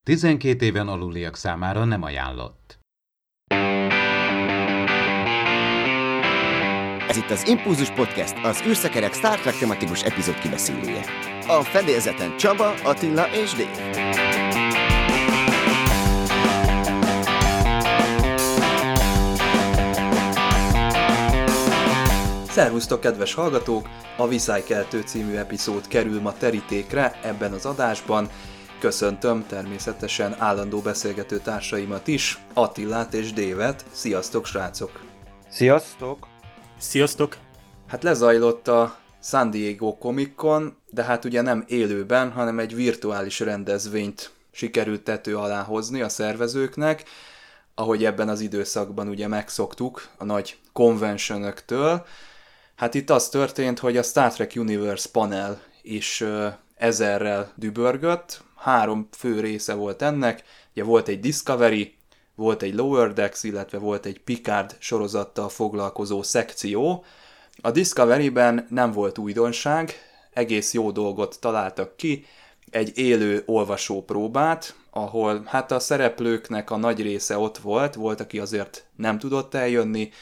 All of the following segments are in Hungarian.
12 éven aluliak számára nem ajánlott. Ez itt az Impulzus Podcast, az űrszekerek Star Trek tematikus epizód kibeszélője. A fedélzeten Csaba, Attila és Dave. Szervusztok, kedves hallgatók! A Viszálykeltő című epizód kerül ma terítékre ebben az adásban. Köszöntöm természetesen állandó beszélgető társaimat is, Attilát és Dévet. Sziasztok, srácok! Sziasztok! Sziasztok! Hát lezajlott a San Diego Comic-Con, de hát ugye nem élőben, hanem egy virtuális rendezvényt sikerült tető alá hozni a szervezőknek, ahogy ebben az időszakban ugye megszoktuk a nagy conventionöktől. Hát itt az történt, hogy a Star Trek Universe panel is ezerrel dübörgött. 3 fő része volt ennek, ugye volt egy Discovery, volt egy Lower Decks, illetve volt egy Picard sorozattal foglalkozó szekció. A Discovery-ben nem volt újdonság, egész jó dolgot találtak ki, egy élő olvasópróbát, ahol hát a szereplőknek a nagy része ott volt, aki azért nem tudott eljönni,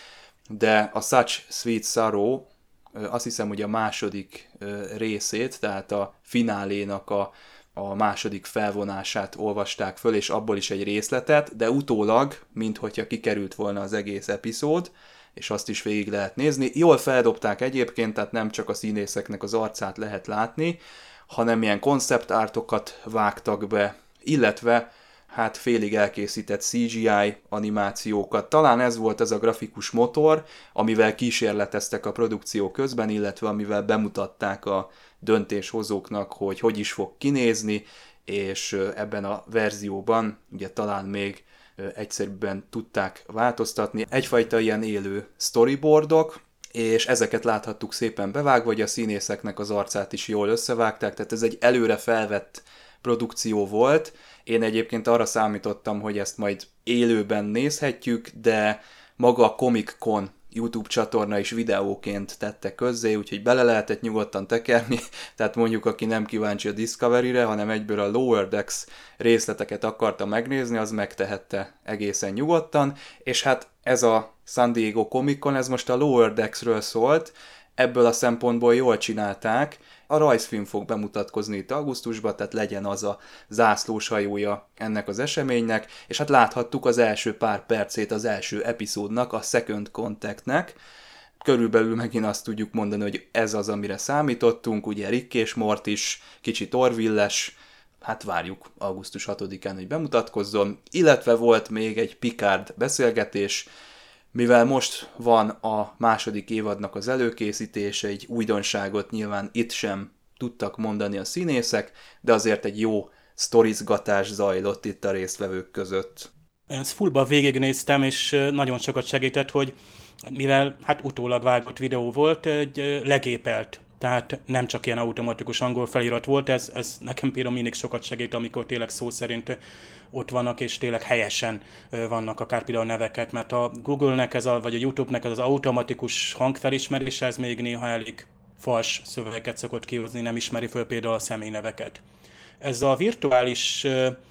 de a Such Sweet Sorrow, azt hiszem, hogy a második részét, tehát a finálénak a második felvonását olvasták föl, és abból is egy részletet, de utólag, minthogyha kikerült volna az egész epizód, és azt is végig lehet nézni. Jól feldobták egyébként, tehát nem csak a színészeknek az arcát lehet látni, hanem ilyen concept artokat vágtak be, illetve hát félig elkészített CGI animációkat. Talán ez volt az a grafikus motor, amivel kísérleteztek a produkció közben, illetve amivel bemutatták a döntéshozóknak, hogy is fog kinézni, és ebben a verzióban ugye talán még egyszerűbben tudták változtatni. Egyfajta ilyen élő storyboardok, és ezeket láthattuk szépen bevágva, hogy a színészeknek az arcát is jól összevágták, tehát ez egy előre felvett produkció volt. Én egyébként arra számítottam, hogy ezt majd élőben nézhetjük, de maga a Comic-Con YouTube csatorna is videóként tette közzé, úgyhogy bele lehetett nyugodtan tekerni, tehát mondjuk aki nem kíváncsi a Discovery-re, hanem egyből a Lower Decks részleteket akarta megnézni, az megtehette egészen nyugodtan, és hát ez a San Diego Comic-Con, ez most a Lower Decks-ről szólt, ebből a szempontból jól csinálták. A rajzfilm fog bemutatkozni itt augusztusban, tehát legyen az a zászlós hajója ennek az eseménynek, és hát láthattuk az első pár percét az első epizódnak, a Second Contactnek. Körülbelül megint azt tudjuk mondani, hogy ez az, amire számítottunk, ugye Rick és Mortis, kicsit Orville-es, hát várjuk augusztus 6-án, hogy bemutatkozzon, illetve volt még egy Picard beszélgetés, mivel most van a második évadnak az előkészítése, egy újdonságot nyilván itt sem tudtak mondani a színészek, de azért egy jó sztorizgatás zajlott itt a résztvevők között. Én ezt fullba végignéztem, és nagyon sokat segített, hogy mivel hát utólag vágott videó volt, egy legépelt. Tehát nem csak ilyen automatikus angol felirat volt, ez nekem például mindig sokat segít, amikor tényleg szó szerint ott vannak, és tényleg helyesen vannak akár például neveket, mert a Google-nek vagy a YouTube-nek az automatikus hangfelismerése, ez még néha elég fals szövegeket szokott kihozni, nem ismeri föl például a személyneveket. Ez a virtuális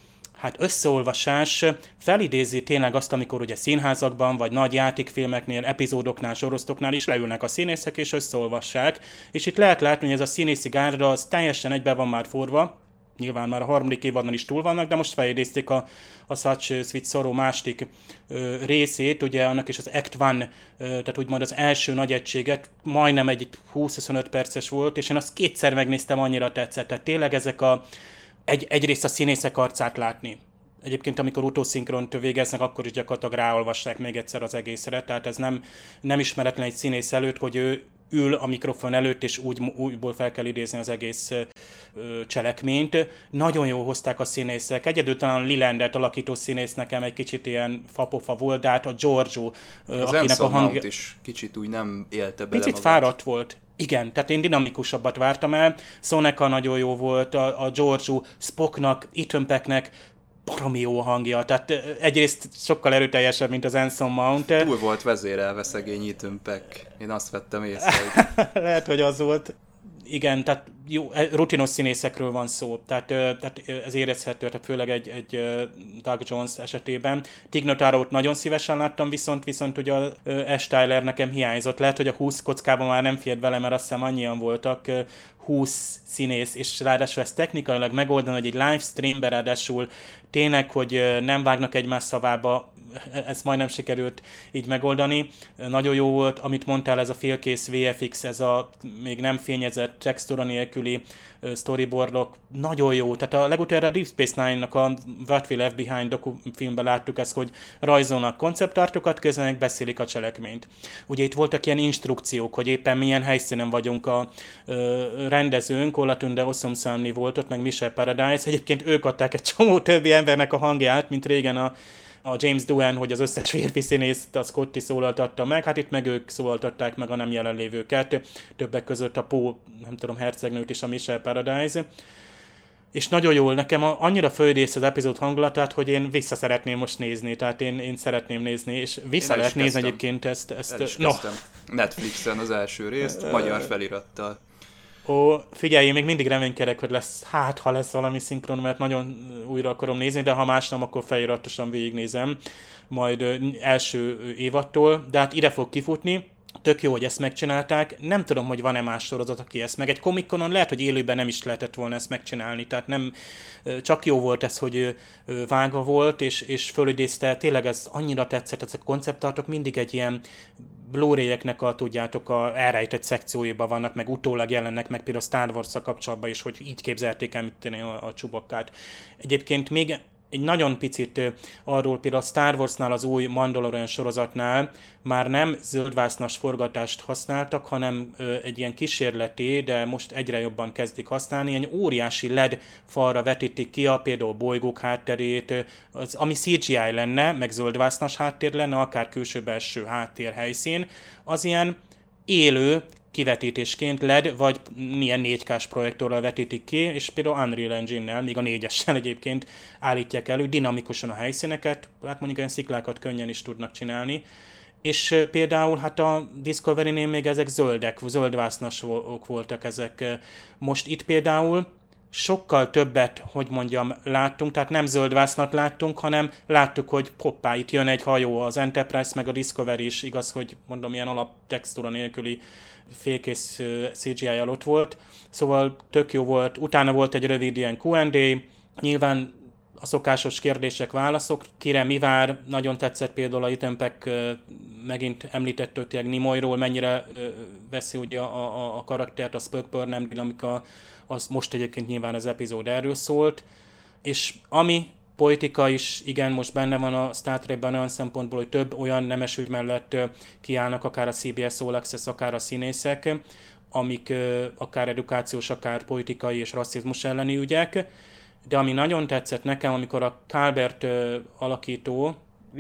összeolvasás felidézi tényleg azt, amikor ugye színházakban, vagy nagy játékfilmeknél, epizódoknál, sorozatoknál is leülnek a színészek és összeolvassák, és itt lehet látni, hogy ez a színészi gárda az teljesen egybe van már forva, nyilván már a harmadik évadban is túl vannak, de most felidézték a Such Sweet Sorrow második részét, ugye annak is az Act 1, tehát úgymond az első nagy egységet, majdnem egy 20-25 perces volt, és én azt 2-szer megnéztem, annyira tetszett, tehát tényleg ezek egyrészt a színészek arcát látni. Egyébként, amikor utószinkront végeznek, akkor is gyakorlatilag ráolvassák még egyszer az egészre, tehát ez nem ismeretlen egy színész előtt, hogy ő ül a mikrofon előtt, és újból fel kell idézni az egész cselekményt. Nagyon jól hozták a színészek. Egyedül talán Lilandet alakító színész nekem egy kicsit ilyen fapofa volt, de hát a Giorgio, az akinek a hangja is kicsit úgy nem élte bele picit magát. Fáradt volt. Igen, tehát én dinamikusabbat vártam el. Soneca nagyon jó volt, a Giorgio, Spocknak, Ethan Pecknek baromi jó hangja, tehát egyrészt sokkal erőteljesebb, mint az Anson Mount. Túl volt vezérelve szegény Ethan Peck. Én azt vettem észre, hogy... Lehet, hogy az volt. igen, tehát jó, rutinos színészekről van szó, tehát ez érezhető, tehát főleg egy Doug Jones esetében. Tig Notarót nagyon szívesen láttam, viszont ugye a Ash Tyler nekem hiányzott. Lehet, hogy a 20 kockában már nem fért vele, mert azt hiszem annyian voltak, 20 színész, és ráadásul ezt technikailag megoldani, hogy egy livestreamben ráadásul tényleg, hogy nem vágnak egymás szavába, ezt majdnem sikerült így megoldani. Nagyon jó volt, amit mondtál, ez a félkész VFX, ez a még nem fényezett, textúra nélküli storyboardok, nagyon jó. Tehát a legutóbb a Deep Space Nine-nak a What We Left Behind dokufilmben láttuk ezt, hogy rajzolnak konceptartokat, közben beszélik a cselekményt. Ugye itt voltak ilyen instrukciók, hogy éppen milyen helyszínen vagyunk, a rendezőnk, Olatunde Osomszamni volt ott, meg Michelle Paradise. Egyébként ők adták egy csomó többi embernek a hangját, mint régen a James Doohan, hogy az összes férfi színészt a Scotty szólaltatta meg, hát itt meg ők szólaltatták meg a nem jelenlévőket, többek között a Poe, nem tudom, hercegnőt és a Michelle Paradise. És nagyon jól, nekem annyira fölidéz az epizód hangulatát, hogy én vissza szeretném most nézni, tehát én szeretném nézni, és vissza lehet nézni egyébként ezt. El is kezdtem. Netflixen az első részt, magyar felirattal. Ó, figyelj, én még mindig reménykedek, hogy ha lesz valami szinkron, mert nagyon újra akarom nézni, de ha más nem, akkor feliratosan végignézem, majd első évadtól, de hát ide fog kifutni. Tök jó, hogy ezt megcsinálták. Nem tudom, hogy van-e más sorozat, aki ezt meg. Egy Comic-Conon lehet, hogy élőben nem is lehetett volna ezt megcsinálni, tehát nem, csak jó volt ez, hogy vágva volt, és fölidézte, tényleg ez annyira tetszett, ezek a konceptartok mindig egy ilyen Blu-ray-eknek tudjátok, elrejtett szekcióiban vannak, meg utólag jelennek meg például Star Wars-szal kapcsolatban is, hogy így képzelték el a Chewbaccát. Egyébként még egy nagyon picit arról például a Star Warsnál, az új Mandalorian sorozatnál már nem zöldvásznas forgatást használtak, hanem egy ilyen kísérleti, de most egyre jobban kezdik használni, ilyen óriási LED falra vetítik ki a például bolygók hátterét, ami CGI lenne, meg zöldvásznas háttér lenne, akár külső-belső háttér helyszín, az ilyen élő kivetítésként LED, vagy milyen 4K-s projektorral vetítik ki, és például Unreal Engine-nel, még a 4-essel egyébként állítják elő dinamikusan a helyszíneket, hát mondjuk olyan sziklákat könnyen is tudnak csinálni, és például hát a Discovery-nél még ezek zöldvásznasok voltak ezek. Most itt például sokkal többet, hogy mondjam, láttunk, tehát nem zöldvásznat láttunk, hanem láttuk, hogy hoppá, itt jön egy hajó, az Enterprise meg a Discovery is, igaz, hogy mondom, ilyen alaptextúra nélküli félkész CGI-jal ott volt, szóval tök jó volt. Utána volt egy rövid ilyen Q&A, nyilván a szokásos kérdések, válaszok, kire mi vár, nagyon tetszett például a Ethan Peck megint említett tényleg Nimoyról, mennyire veszi ugye a karaktert, a Spock Burnham dinamika, az most egyébként nyilván az epizód erről szólt, és ami politika is, igen, most benne van a Star Trekben olyan szempontból, hogy több olyan nemesügy mellett kiállnak akár a CBS All Access, akár a színészek, amik akár edukációs, akár politikai és rasszizmus elleni ügyek. De ami nagyon tetszett nekem, amikor a Calvert alakító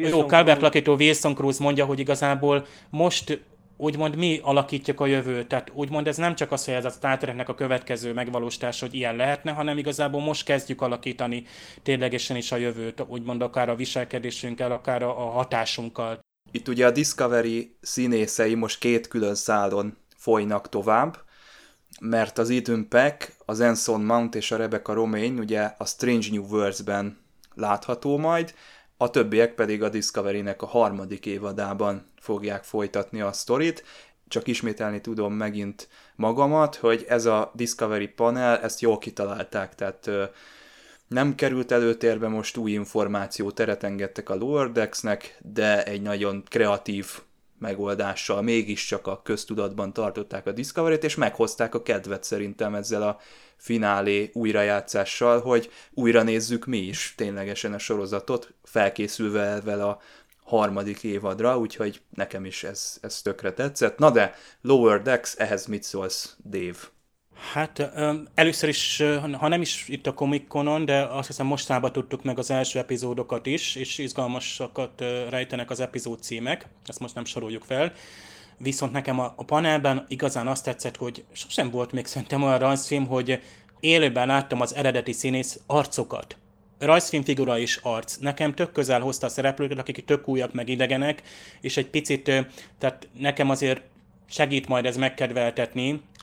Wilson Cruz mondja, hogy igazából most úgymond mi alakítjuk a jövőt. Tehát úgymond ez nem csak az, hogy ez a Star Treknek a következő megvalósítása, hogy ilyen lehetne, hanem igazából most kezdjük alakítani ténylegesen is a jövőt, úgymond akár a viselkedésünkkel, akár a hatásunkkal. Itt ugye a Discovery színészei most két külön szálon folynak tovább, mert az Ethan Peck, az Anson Mount és a Rebecca Romijn ugye a Strange New Worlds-ben látható majd, a többiek pedig a Discovery-nek a harmadik évadában fogják folytatni a sztorit. Csak ismételni tudom megint magamat, hogy ez a Discovery panel, ezt jól kitalálták, tehát nem került előtérbe most új információ, teret engedtek a Lower Decks-nek, de egy nagyon kreatív megoldással mégiscsak a köztudatban tartották a Discovery-t, és meghozták a kedvet szerintem ezzel a finálé újrajátszással, hogy újra nézzük mi is ténylegesen a sorozatot, felkészülve vele a harmadik évadra, úgyhogy nekem is ez tökre tetszett. Na de, Lower Decks, ehhez mit szólsz, Dave? Hát először is, ha nem is itt a Comic-Conon, de azt hiszem mostában tudtuk meg az első epizódokat is, és izgalmasakat rejtenek az epizód címek, ezt most nem soroljuk fel. Viszont nekem a panelben igazán azt tetszett, hogy sosem volt még szerintem olyan rajzfilm, hogy élőben láttam az eredeti színész arcokat. Rajzfilmfigura és arc. Nekem tök közel hozta a szereplőket, akik tök újak meg idegenek, és egy picit, tehát nekem azért segít majd ez megkedveltetni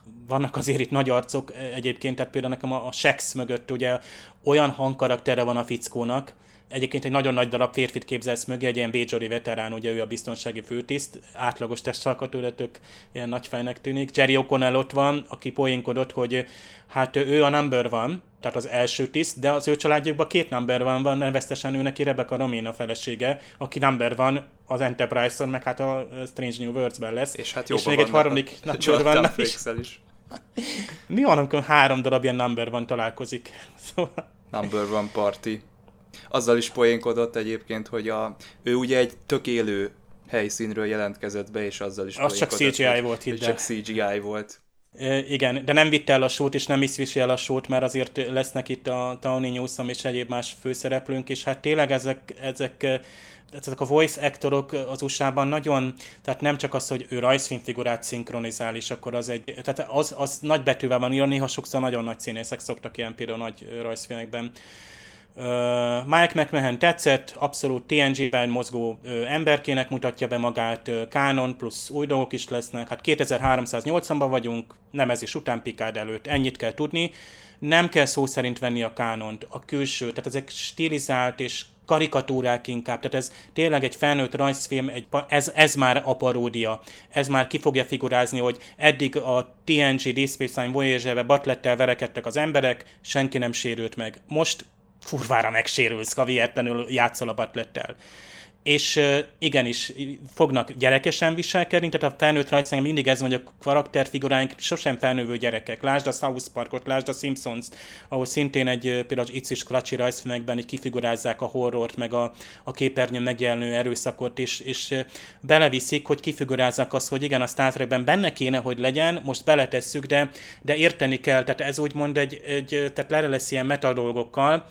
vannak azért itt nagy arcok egyébként, tehát például nekem a Shax mögött ugye olyan hangkaraktere van a fickónak, egyébként egy nagyon nagy darab férfit képzelsz mögé, egy ilyen Bajori veterán, ugye ő a biztonsági főtiszt, átlagos testalkatőletök, ilyen nagy fejnek tűnik. Jerry O'Connell ott van, aki poénkodott, hogy hát ő a number one, tehát az első tiszt, de az ő családjukban 2 number one van, neveztesen ő neki Rebecca Romijn a felesége, aki number one az Enterprise-on, meg hát a Strange New Worlds-ben lesz. És hát és még egy harmadik number one is. Mi van, amikor 3 darab ilyen number one találkozik? Szóval... Number one party. Azzal is poénkodott egyébként, hogy ő ugye egy tök élő helyszínről jelentkezett be, és azzal is az csak CGI volt, hidd el. Csak CGI volt. Igen, de nem vitte el a sót, és nem is viszi el a sót, mert azért lesznek itt a Tawny Newsome és egyéb más főszereplőnk, és hát tényleg ezek a voice actorok az USA-ban nagyon, tehát nem csak az, hogy ő rajzfilmfigurát szinkronizál, és akkor tehát az nagy betűvel van írva, néha sokszor nagyon nagy színészek szoktak ilyen például nagy rajzfilmekben. Mike McMahon tetszett, abszolút TNG-ben mozgó emberkének mutatja be magát, kánon plusz új dolgok is lesznek, hát 2380-ban vagyunk, nemezés után Picard előtt, ennyit kell tudni, nem kell szó szerint venni a kánont, a külső, tehát ezek stilizált és karikatúrák inkább, tehát ez tényleg egy felnőtt rajzfilm, ez már a paródia, ez már ki fogja figurázni, hogy eddig a TNG Deep Space Nine Voyager-be Bartlettel verekedtek az emberek, senki nem sérült meg. Most furvára megsérülsz, ha véletlenül játszol a Bartlettel. És igenis, fognak gyerekesen viselkedni, tehát a felnőtt rajzfilm mindig ez van, hogy a karakterfiguráink sosem felnővő gyerekek. Lásd a South Parkot, lásd a Simpsons-t, ahol szintén például az Itz és Klacsi rajzfilmekben így kifigurázzák a horrort, meg a képernyőn megjelenő erőszakot, és beleviszik, hogy kifigurázzák azt, hogy igen, a Star Trekben benne kéne, hogy legyen, most beletesszük, de érteni kell, tehát ez úgymond tehát lere lesz ilyen metadolgokkal,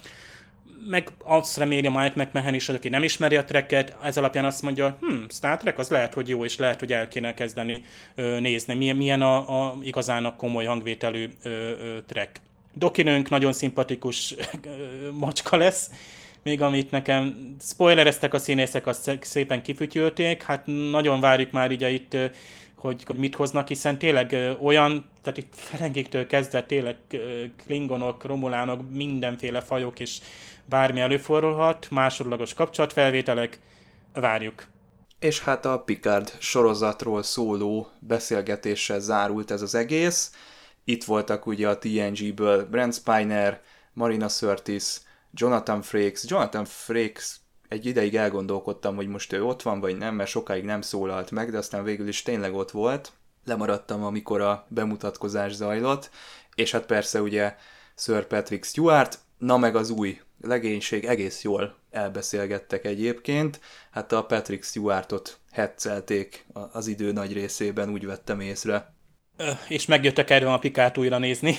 meg azt reméli Mike McMahon is, aki nem ismeri a Trek-et, ez alapján azt mondja, Star Trek az lehet, hogy jó, és lehet, hogy el kéne kezdeni nézni. Milyen a igazán a komoly hangvételű Trek. Dokinőnk nagyon szimpatikus macska lesz, még amit nekem spoilereztek a színészek, azt szépen kifütyülték, hát nagyon várjuk már így itt, hogy mit hoznak, hiszen tényleg olyan, tehát itt Ferengiktől kezdve tényleg klingonok, romulánok, mindenféle fajok, és bármi előfordulhat, másodlagos kapcsolatfelvételek, várjuk. És hát a Picard sorozatról szóló beszélgetéssel zárult ez az egész. Itt voltak ugye a TNG-ből Brent Spiner, Marina Sirtis, Jonathan Frakes. Jonathan Frakes egy ideig elgondolkodtam, hogy most ő ott van, vagy nem, mert sokáig nem szólalt meg, de aztán végül is tényleg ott volt. Lemaradtam, amikor a bemutatkozás zajlott, és hát persze ugye Sir Patrick Stewart, na meg az új legénység, egész jól elbeszélgettek egyébként. Hát a Patrick Stewartot hetzelték az idő nagy részében, úgy vettem észre. És megjöttek erről a Picard újra nézni.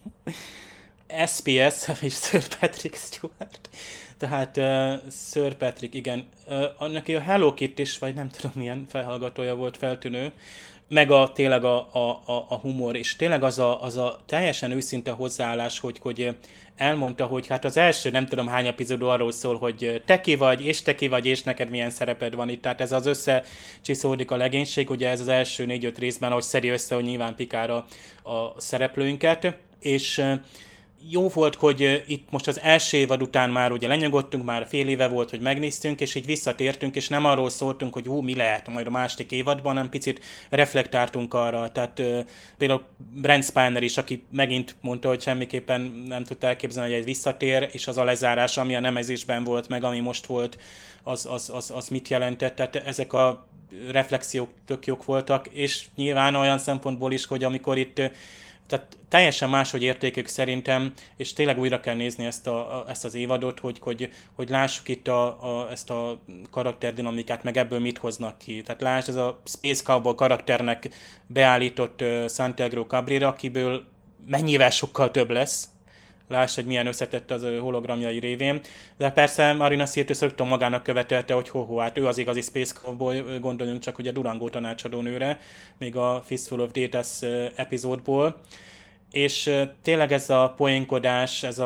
SPS, és Sir Patrick Stewart. Tehát Sir Patrick, igen. Neki a Hello Kitty is, vagy nem tudom milyen felhallgatója volt feltűnő, meg tényleg a humor, és tényleg az a teljesen őszinte hozzáállás, hogy elmondta, hogy hát az első nem tudom hány epizód arról szól, hogy te ki vagy, és neked milyen szereped van itt. Tehát ez az összecsiszódik a legénység, ugye ez az első 4-5 részben, ahogy szedi össze, hogy nyilván Picard a szereplőinket, és jó volt, hogy itt most az első évad után már ugye lenyugodtunk, már fél éve volt, hogy megnéztünk, és így visszatértünk, és nem arról szóltunk, hogy mi lehet majd a második évadban, hanem picit reflektáltunk arra. Tehát például Brent Spiner is, aki megint mondta, hogy semmiképpen nem tudta elképzelni, hogy egy visszatér, és az a lezárás, ami a nemezésben volt, meg ami most volt, az mit jelentett. Tehát ezek a reflexiók tök jók voltak, és nyilván olyan szempontból is, hogy amikor itt tehát teljesen máshogy értékük szerintem, és tényleg újra kell nézni ezt az évadot, hogy lássuk itt ezt a karakterdinamikát, meg ebből mit hoznak ki. Tehát lásd, ez a Space Cowboy karakternek beállított Santiago Cabrera, akiből mennyivel sokkal több lesz. Lásd, hogy milyen összetett az hologramjai révén. De persze Marina Sirtis rögtön magának követelte, hogy hát ő az igazi Space Cowboy, gondoljunk csak ugye Durango tanácsadónőre, még a Fistful of Datas epizódból. És tényleg ez a poénkodás, ez a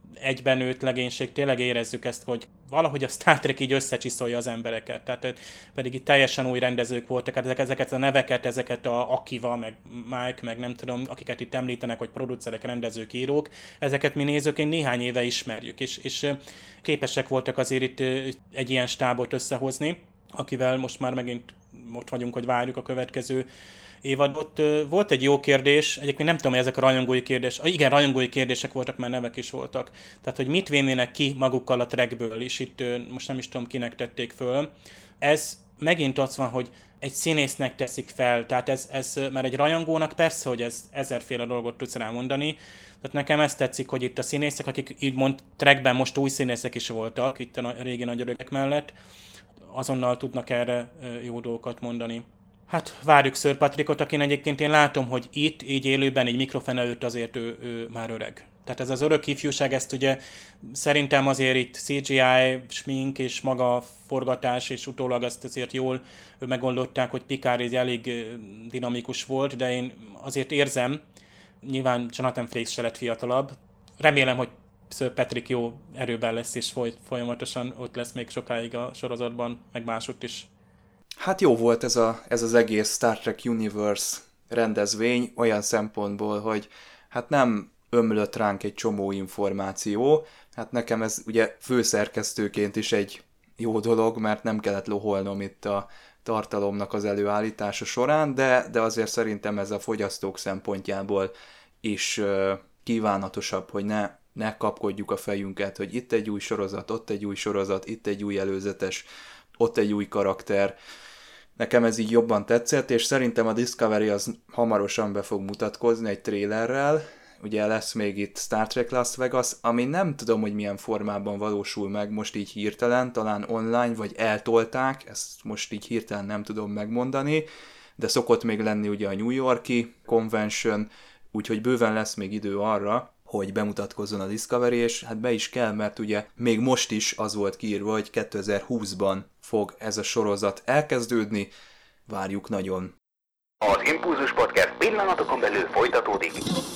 egybenőtt legénység, tényleg érezzük ezt, hogy valahogy a Star Trek így összecsiszolja az embereket. Tehát pedig itt teljesen új rendezők voltak, hát ezeket a neveket, ezeket a Akiva, meg Mike, meg nem tudom, akiket itt említenek, hogy producerek, rendezők, írók, ezeket mi nézőként néhány éve ismerjük, és képesek voltak azért itt egy ilyen stábot összehozni, akivel most már megint ott vagyunk, hogy várjuk a következő évadot. Volt egy jó kérdés, egyébként nem tudom, hogy ezek a rajongói kérdések, igen, rajongói kérdések voltak, mert nevek is voltak. Tehát, hogy mit vinnének ki magukkal a Trekből, és itt most nem is tudom, kinek tették föl. Ez megint ott van, hogy egy színésznek teszik fel, tehát ez mert egy rajongónak persze, hogy ez ezerféle dolgot tudsz rámondani. Tehát nekem ezt tetszik, hogy itt a színészek, akik így mond Trekben most új színészek is voltak, itt a régi nagy öregek mellett, azonnal tudnak erre jó dolgokat mondani. Hát várjuk Sir Patrickot, akin egyébként én látom, hogy itt, így élőben, így mikrofon előtt azért ő már öreg. Tehát ez az örök ifjúság, ezt ugye szerintem azért itt CGI, smink és maga forgatás, és utólag azt azért jól megoldották, hogy Picard így elég dinamikus volt, de én azért érzem, nyilván Jonathan Frakes se lett fiatalabb. Remélem, hogy Sir Patrick jó erőben lesz, és folyamatosan ott lesz még sokáig a sorozatban, meg másutt is. Hát jó volt ez az egész Star Trek Universe rendezvény olyan szempontból, hogy hát nem ömlött ránk egy csomó információ. Hát nekem ez ugye főszerkesztőként is egy jó dolog, mert nem kellett loholnom itt a tartalomnak az előállítása során, de azért szerintem ez a fogyasztók szempontjából is kívánatosabb, hogy ne kapkodjuk a fejünket, hogy itt egy új sorozat, ott egy új sorozat, itt egy új előzetes, ott egy új karakter. Nekem ez így jobban tetszett, és szerintem a Discovery az hamarosan be fog mutatkozni egy trélerrel. Ugye lesz még itt Star Trek Las Vegas, ami nem tudom, hogy milyen formában valósul meg most így hirtelen, talán online, vagy eltolták, ezt most így hirtelen nem tudom megmondani, de szokott még lenni ugye a New York-i convention, úgyhogy bőven lesz még idő arra, hogy bemutatkozzon a Discovery, és hát be is kell, mert ugye még most is az volt kiírva, hogy 2020-ban fog ez a sorozat elkezdődni. Várjuk nagyon. Az Impulzus Podcast pillanatokon belül folytatódik.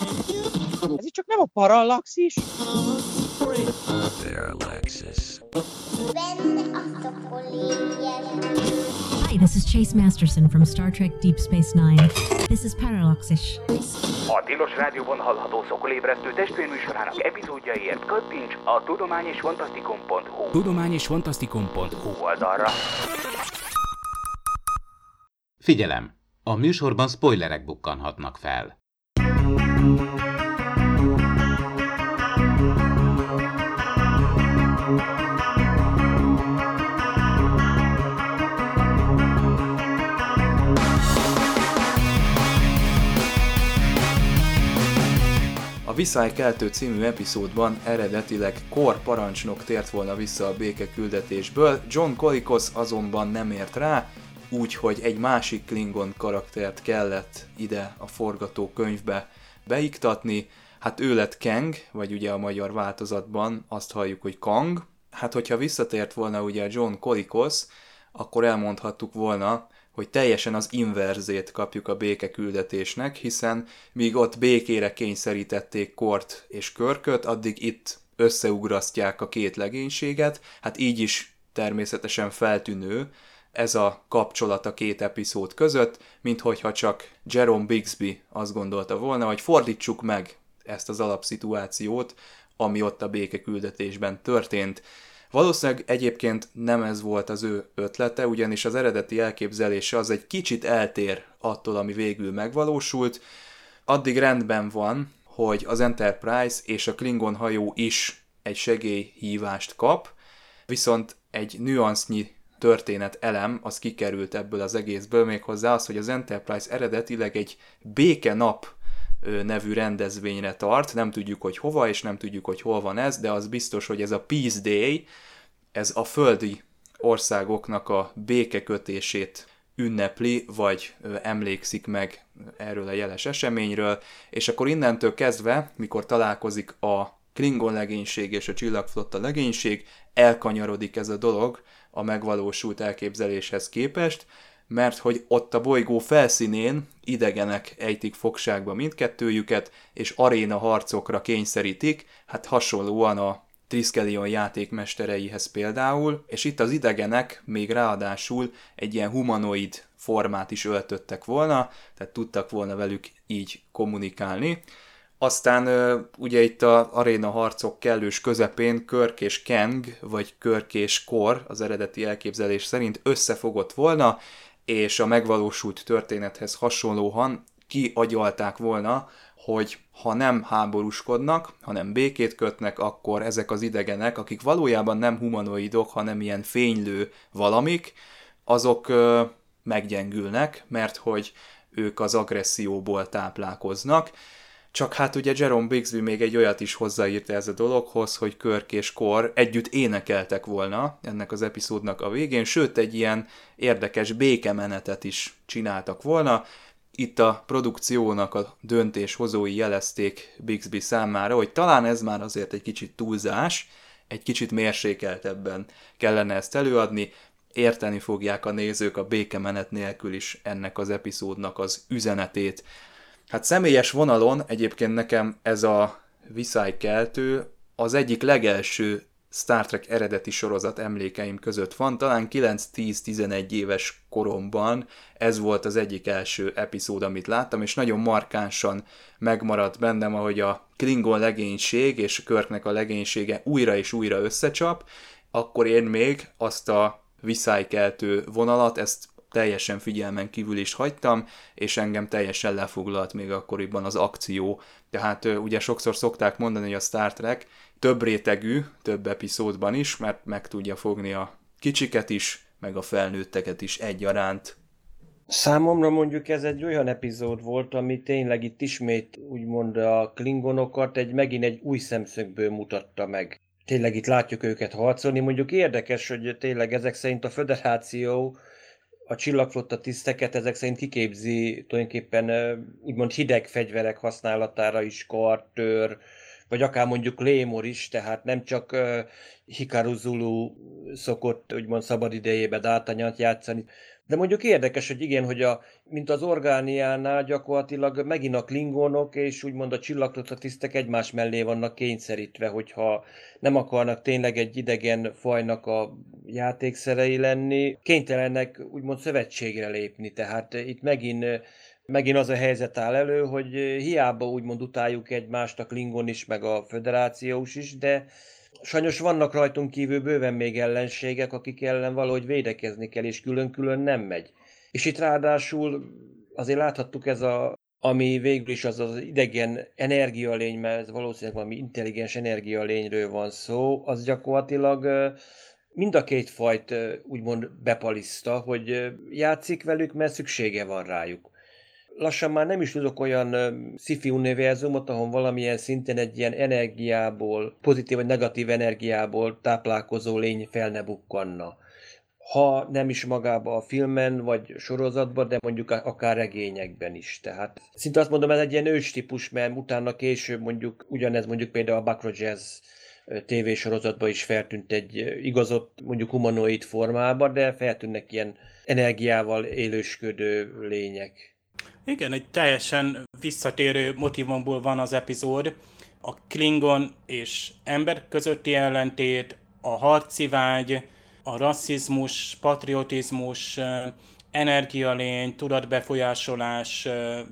Ez itt csak nem a Parallaxis? Parallaxis. Hi, this is Chase Masterson from Star Trek Deep Space Nine. This is Parallaxis. A Tilos Rádióban hallható szokolébresztő testvérműsorának epizódjaiért kattints a tudományosfantasztikum.hu tudományosfantasztikum.hu oldalra. Figyelem! A műsorban spoilerek bukkanhatnak fel. A Viszálykeltő című epizódban eredetileg Kor parancsnok tért volna vissza a békeküldetésből, John Colicos azonban nem ért rá, úgyhogy egy másik Klingon karaktert kellett ide a forgatókönyvbe beiktatni. Hát ő lett Kang, vagy ugye a magyar változatban azt halljuk, hogy Kang. Hát hogyha visszatért volna ugye John Colicos, akkor elmondhattuk volna, hogy teljesen az inverzét kapjuk a békeküldetésnek, hiszen míg ott békére kényszerítették Kort és Kirköt, addig itt összeugrasztják a két legénységet. Hát így is természetesen feltűnő ez a kapcsolat a két epizód között, minthogyha csak Jerome Bixby azt gondolta volna, hogy fordítsuk meg ezt az alapszituációt, ami ott a békeküldetésben történt. Valószínűleg egyébként nem ez volt az ő ötlete, ugyanis az eredeti elképzelése az egy kicsit eltér attól, ami végül megvalósult. Addig rendben van, hogy az Enterprise és a Klingon hajó is egy segélyhívást kap, viszont egy nüansznyi történet elem az kikerült ebből az egészből, méghozzá az, hogy az Enterprise eredetileg egy békenap nevű rendezvényre tart, nem tudjuk, hogy hova, és nem tudjuk, hogy hol van ez, de az biztos, hogy ez a Peace Day, ez a földi országoknak a békekötését ünnepli, vagy emlékszik meg erről a jeles eseményről, és akkor innentől kezdve, mikor találkozik a Klingon legénység és a Csillagflotta legénység, elkanyarodik ez a dolog a megvalósult elképzeléshez képest, mert hogy ott a bolygó felszínén idegenek ejtik fogságba mindkettőjüket, és aréna harcokra kényszerítik, hát hasonlóan a Triskelion játékmestereihez például, és itt az idegenek még ráadásul egy ilyen humanoid formát is öltöttek volna, tehát tudtak volna velük így kommunikálni. Aztán ugye itt az aréna harcok kellős közepén Kirk és Kang, vagy Kirk és Kor az eredeti elképzelés szerint összefogott volna, és a megvalósult történethez hasonlóan kiagyalták volna, hogy ha nem háborúskodnak, hanem békét kötnek, akkor ezek az idegenek, akik valójában nem humanoidok, hanem ilyen fénylő valamik, azok meggyengülnek, mert hogy ők az agresszióból táplálkoznak. Csak hát ugye Jerome Bixby még egy olyat is hozzáírta ez a dologhoz, hogy Kirk és Kor együtt énekeltek volna ennek az epizódnak a végén, sőt egy ilyen érdekes békemenetet is csináltak volna. Itt a produkciónak a döntéshozói jelezték Bixby számára, hogy talán ez már azért egy kicsit túlzás, egy kicsit mérsékeltebben kellene ezt előadni, érteni fogják a nézők a békemenet nélkül is ennek az epizódnak az üzenetét. Hát személyes vonalon egyébként nekem ez a viszálykeltő az egyik legelső Star Trek eredeti sorozat emlékeim között van, talán 9-10-11 éves koromban ez volt az egyik első epizód, amit láttam, és nagyon markánsan megmaradt bennem, ahogy a Klingon legénység és Kirknek a legénysége újra és újra összecsap, akkor én még azt a viszálykeltő vonalat, ezt teljesen figyelmen kívül is hagytam, és engem teljesen lefoglalt még akkoriban az akció. Tehát ugye sokszor szokták mondani, hogy a Star Trek több rétegű, több epizódban is, mert meg tudja fogni a kicsiket is, meg a felnőtteket is egyaránt. Számomra mondjuk ez egy olyan epizód volt, ami tényleg itt ismét úgymond a klingonokat megint egy új szemszögből mutatta meg. Tényleg itt látjuk őket harcolni, mondjuk érdekes, hogy tényleg ezek szerint a Föderáció a csillagflotta tiszteket ezek szerint kiképzi tulajdonképpen úgymond hideg fegyverek használatára is, kartőr, vagy akár mondjuk Lémor is, tehát nem csak Hikaru Zulu szokott úgymond szabad idejében D'Artagnant játszani. De mondjuk érdekes, hogy igen, hogy mint az Orgániánál gyakorlatilag megint a klingonok és úgymond a csillagflotta tisztek egymás mellé vannak kényszerítve, hogyha nem akarnak tényleg egy idegen fajnak a játékszerei lenni, kénytelenek úgymond szövetségre lépni. Tehát itt megint az a helyzet áll elő, hogy hiába úgymond utáljuk egymást, a Klingon is, meg a Föderációs is, de sajnos vannak rajtunk kívül bőven még ellenségek, akik ellen valahogy védekezni kell, és külön-külön nem megy. És itt ráadásul azért láthattuk ami végül is az idegen energialény, mert ez valószínűleg valami intelligens energialényről van szó, az gyakorlatilag mind a két fajt úgymond bepaliszta, hogy játszik velük, mert szüksége van rájuk. Lassan már nem is tudok olyan sci-fi univerzumot, ahol valamilyen szinten egy ilyen energiából, pozitív vagy negatív energiából táplálkozó lény fel ne bukkanna. Ha nem is magába a filmen vagy sorozatban, de mondjuk akár regényekben is. Tehát szinte azt mondom, ez egy ilyen őstípus, mert utána később mondjuk ugyanez mondjuk például a Buck Rogers tévésorozatban is feltűnt egy igazott mondjuk humanoid formába, de feltűnnek ilyen energiával élősködő lények. Igen, egy teljesen visszatérő motivumból van az epizód. A Klingon és ember közötti ellentét, a harci vágy, a rasszizmus, patriotizmus, energialény, tudatbefolyásolás,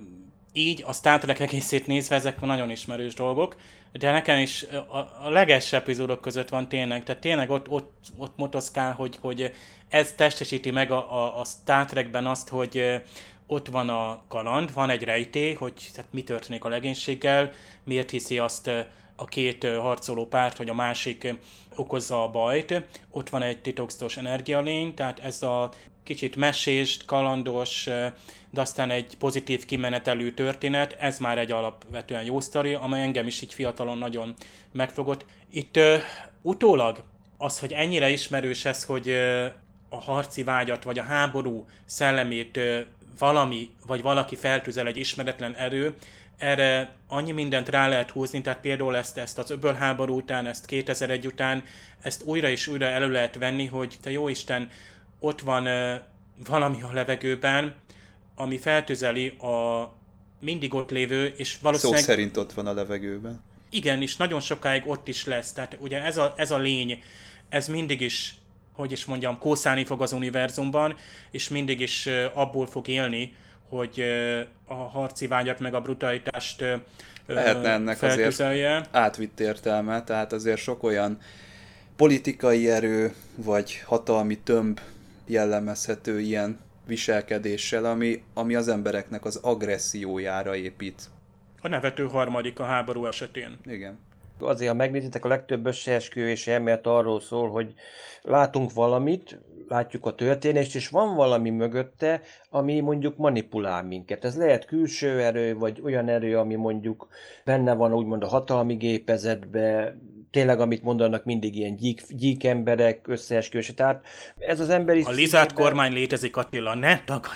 így a Star Trek egészét nézve ezek nagyon ismerős dolgok, de nekem is a legelső epizódok között van tényleg, tehát tényleg ott motoszkál, hogy ez testesíti meg a Star Trekben azt, hogy ott van a kaland, van egy rejtély, hogy tehát mi történik a legénységgel, miért hiszi azt a két harcoló párt, hogy a másik okozza a bajt. Ott van egy titokzatos energialény, tehát ez a kicsit mesés, kalandos, de aztán egy pozitív kimenetelű történet, ez már egy alapvetően jó sztori, amely engem is így fiatalon nagyon megfogott. Itt utólag az, hogy ennyire ismerős ez, hogy a harci vágyat, vagy a háború szellemét valami, vagy valaki feltűzel egy ismeretlen erő, erre annyi mindent rá lehet húzni, tehát például ezt az öbölháború után, ezt 2001 után, ezt újra és újra elő lehet venni, hogy te jóisten, ott van valami a levegőben, ami feltüzeli a mindig ott lévő, és Szó valószínűleg szerint ott van a levegőben. igen, és nagyon sokáig ott is lesz. Tehát ugye ez a lény, ez mindig is, hogy is mondjam, kószálni fog az univerzumban, és mindig is abból fog élni, hogy a harci vágyat meg a brutalitást Lehetne ennek feltüzelje. azért átvitt értelme, tehát azért sok olyan politikai erő, vagy hatalmi tömb jellemezhető ilyen viselkedéssel, ami az embereknek az agressziójára épít. A nevető harmadik a háború esetén. Igen. Azért, ha megnézitek, a legtöbb összeesküvési elmélet arról szól, hogy látunk valamit, látjuk a történést, és van valami mögötte, ami mondjuk manipulál minket. Ez lehet külső erő, vagy olyan erő, ami mondjuk benne van úgymond a hatalmi gépezetbe, tényleg, amit mondanak, mindig ilyen gyík emberek, összeesküvési. Tehát ez az emberi... A Lizard kormány létezik, Attila, ne tagad!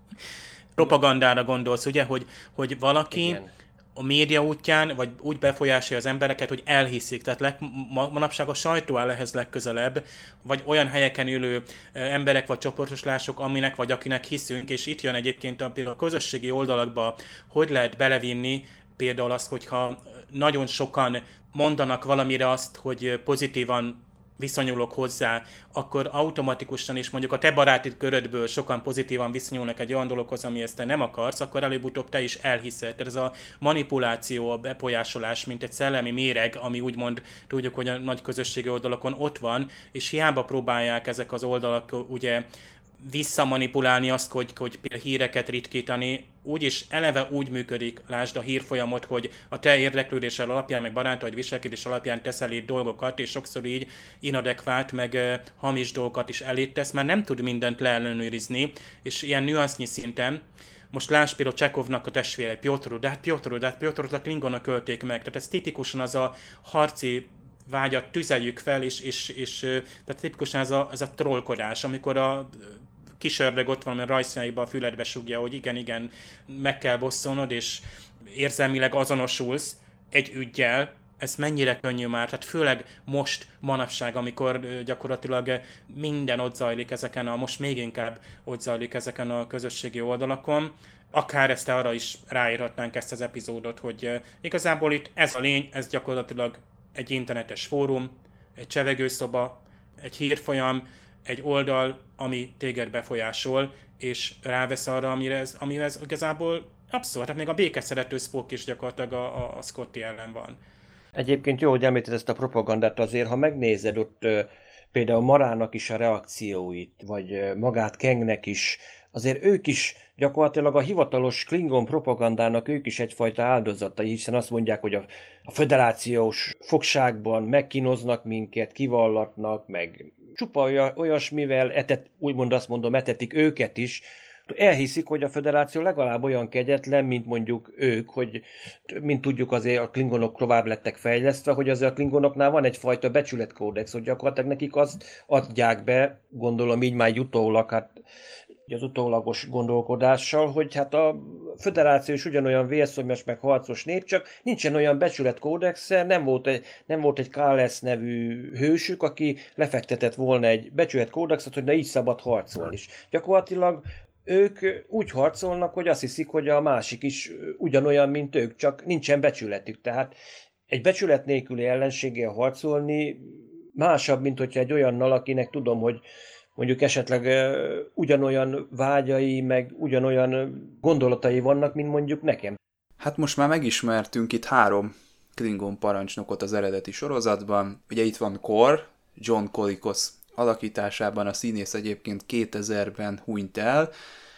Propagandára gondolsz, ugye, hogy valaki... Igen. A média útján, vagy úgy befolyásolja az embereket, hogy elhiszik. Tehát manapság a sajtó áll ehhez legközelebb, vagy olyan helyeken ülő emberek vagy csoportosulások, aminek vagy akinek hiszünk, és itt jön egyébként például a közösségi oldalakba, hogy lehet belevinni például azt, hogyha nagyon sokan mondanak valamire azt, hogy pozitívan viszonyulok hozzá, akkor automatikusan is mondjuk a te baráti körödből sokan pozitívan viszonyulnak egy olyan dologhoz, ami ezt te nem akarsz, akkor előbb-utóbb te is elhiszed. Tehát ez a manipuláció, a befolyásolás, mint egy szellemi méreg, ami úgymond tudjuk, hogy a nagy közösségi oldalakon ott van, és hiába próbálják ezek az oldalak ugye visszamanipulálni azt, hogy például híreket ritkítani, úgyis eleve úgy működik, lásd a hírfolyamot, hogy a te érdeklődésed alapján, meg barátaid viselkedés alapján teszel itt dolgokat, és sokszor így inadekvált, meg hamis dolgokat is elét tesz, mert nem tud mindent leellenőrizni, és ilyen nüansznyi szinten, most lásd például Csekovnak a testvére, Piotrod, Piotrod a klingonok ölték meg, tehát ez tipikusan az a harci vágyat tüzeljük fel, és tehát tipikusan ez a trollkodás, amikor a kis ördög ott van a rajzfilmjében a füledbe sugja, hogy igen, meg kell bosszolnod, és érzelmileg azonosulsz egy üggyel, ez mennyire könnyű már, tehát főleg most, manapság, amikor gyakorlatilag minden ott zajlik most még inkább ott zajlik ezeken a közösségi oldalakon, akár ezt arra is ráírhatnánk ezt az epizódot, hogy igazából itt ez a lény, ez gyakorlatilag egy internetes fórum, egy csevegőszoba, egy hírfolyam, egy oldal, ami téged befolyásol, és rávesz arra, amire ez igazából abszolút, hát még a békeszerető Spock is gyakorlatilag a Scotty ellen van. Egyébként jó, hogy említed ezt a propagandát, azért, ha megnézed ott például Marának is a reakcióit, vagy magát Kangnek is, azért ők is gyakorlatilag a hivatalos Klingon propagandának ők is egyfajta áldozatai, hiszen azt mondják, hogy a föderációs fogságban megkínoznak minket, kivallatnak, meg csupa olyasmivel úgymond azt mondom, etetik őket is, elhiszik, hogy a föderáció legalább olyan kegyetlen, mint mondjuk ők, hogy mint tudjuk azért a klingonok tovább lettek fejlesztve, hogy azért a klingonoknál van egyfajta becsületkódex, hogy gyakorlatilag nekik azt adják be, gondolom így már utólag, hát az utólagos gondolkodással, hogy hát a föderáció is ugyanolyan vérszomjas meg harcos nép, csak nincsen olyan becsületkódexe, nem volt egy KLS nevű hősük, aki lefektetett volna egy becsületkódexet, hogy na így szabad harcolni is. Gyakorlatilag ők úgy harcolnak, hogy azt hiszik, hogy a másik is ugyanolyan, mint ők, csak nincsen becsületük. Tehát egy becsület nélküli ellenséggel harcolni másabb, mint hogyha egy olyannal, akinek tudom, hogy mondjuk esetleg ugyanolyan vágyai, meg ugyanolyan gondolatai vannak, mint mondjuk nekem. Hát most már megismertünk itt 3 Klingon parancsnokot az eredeti sorozatban. Ugye itt van Kor, John Colicos alakításában, a színész egyébként 2000-ben hunyt el.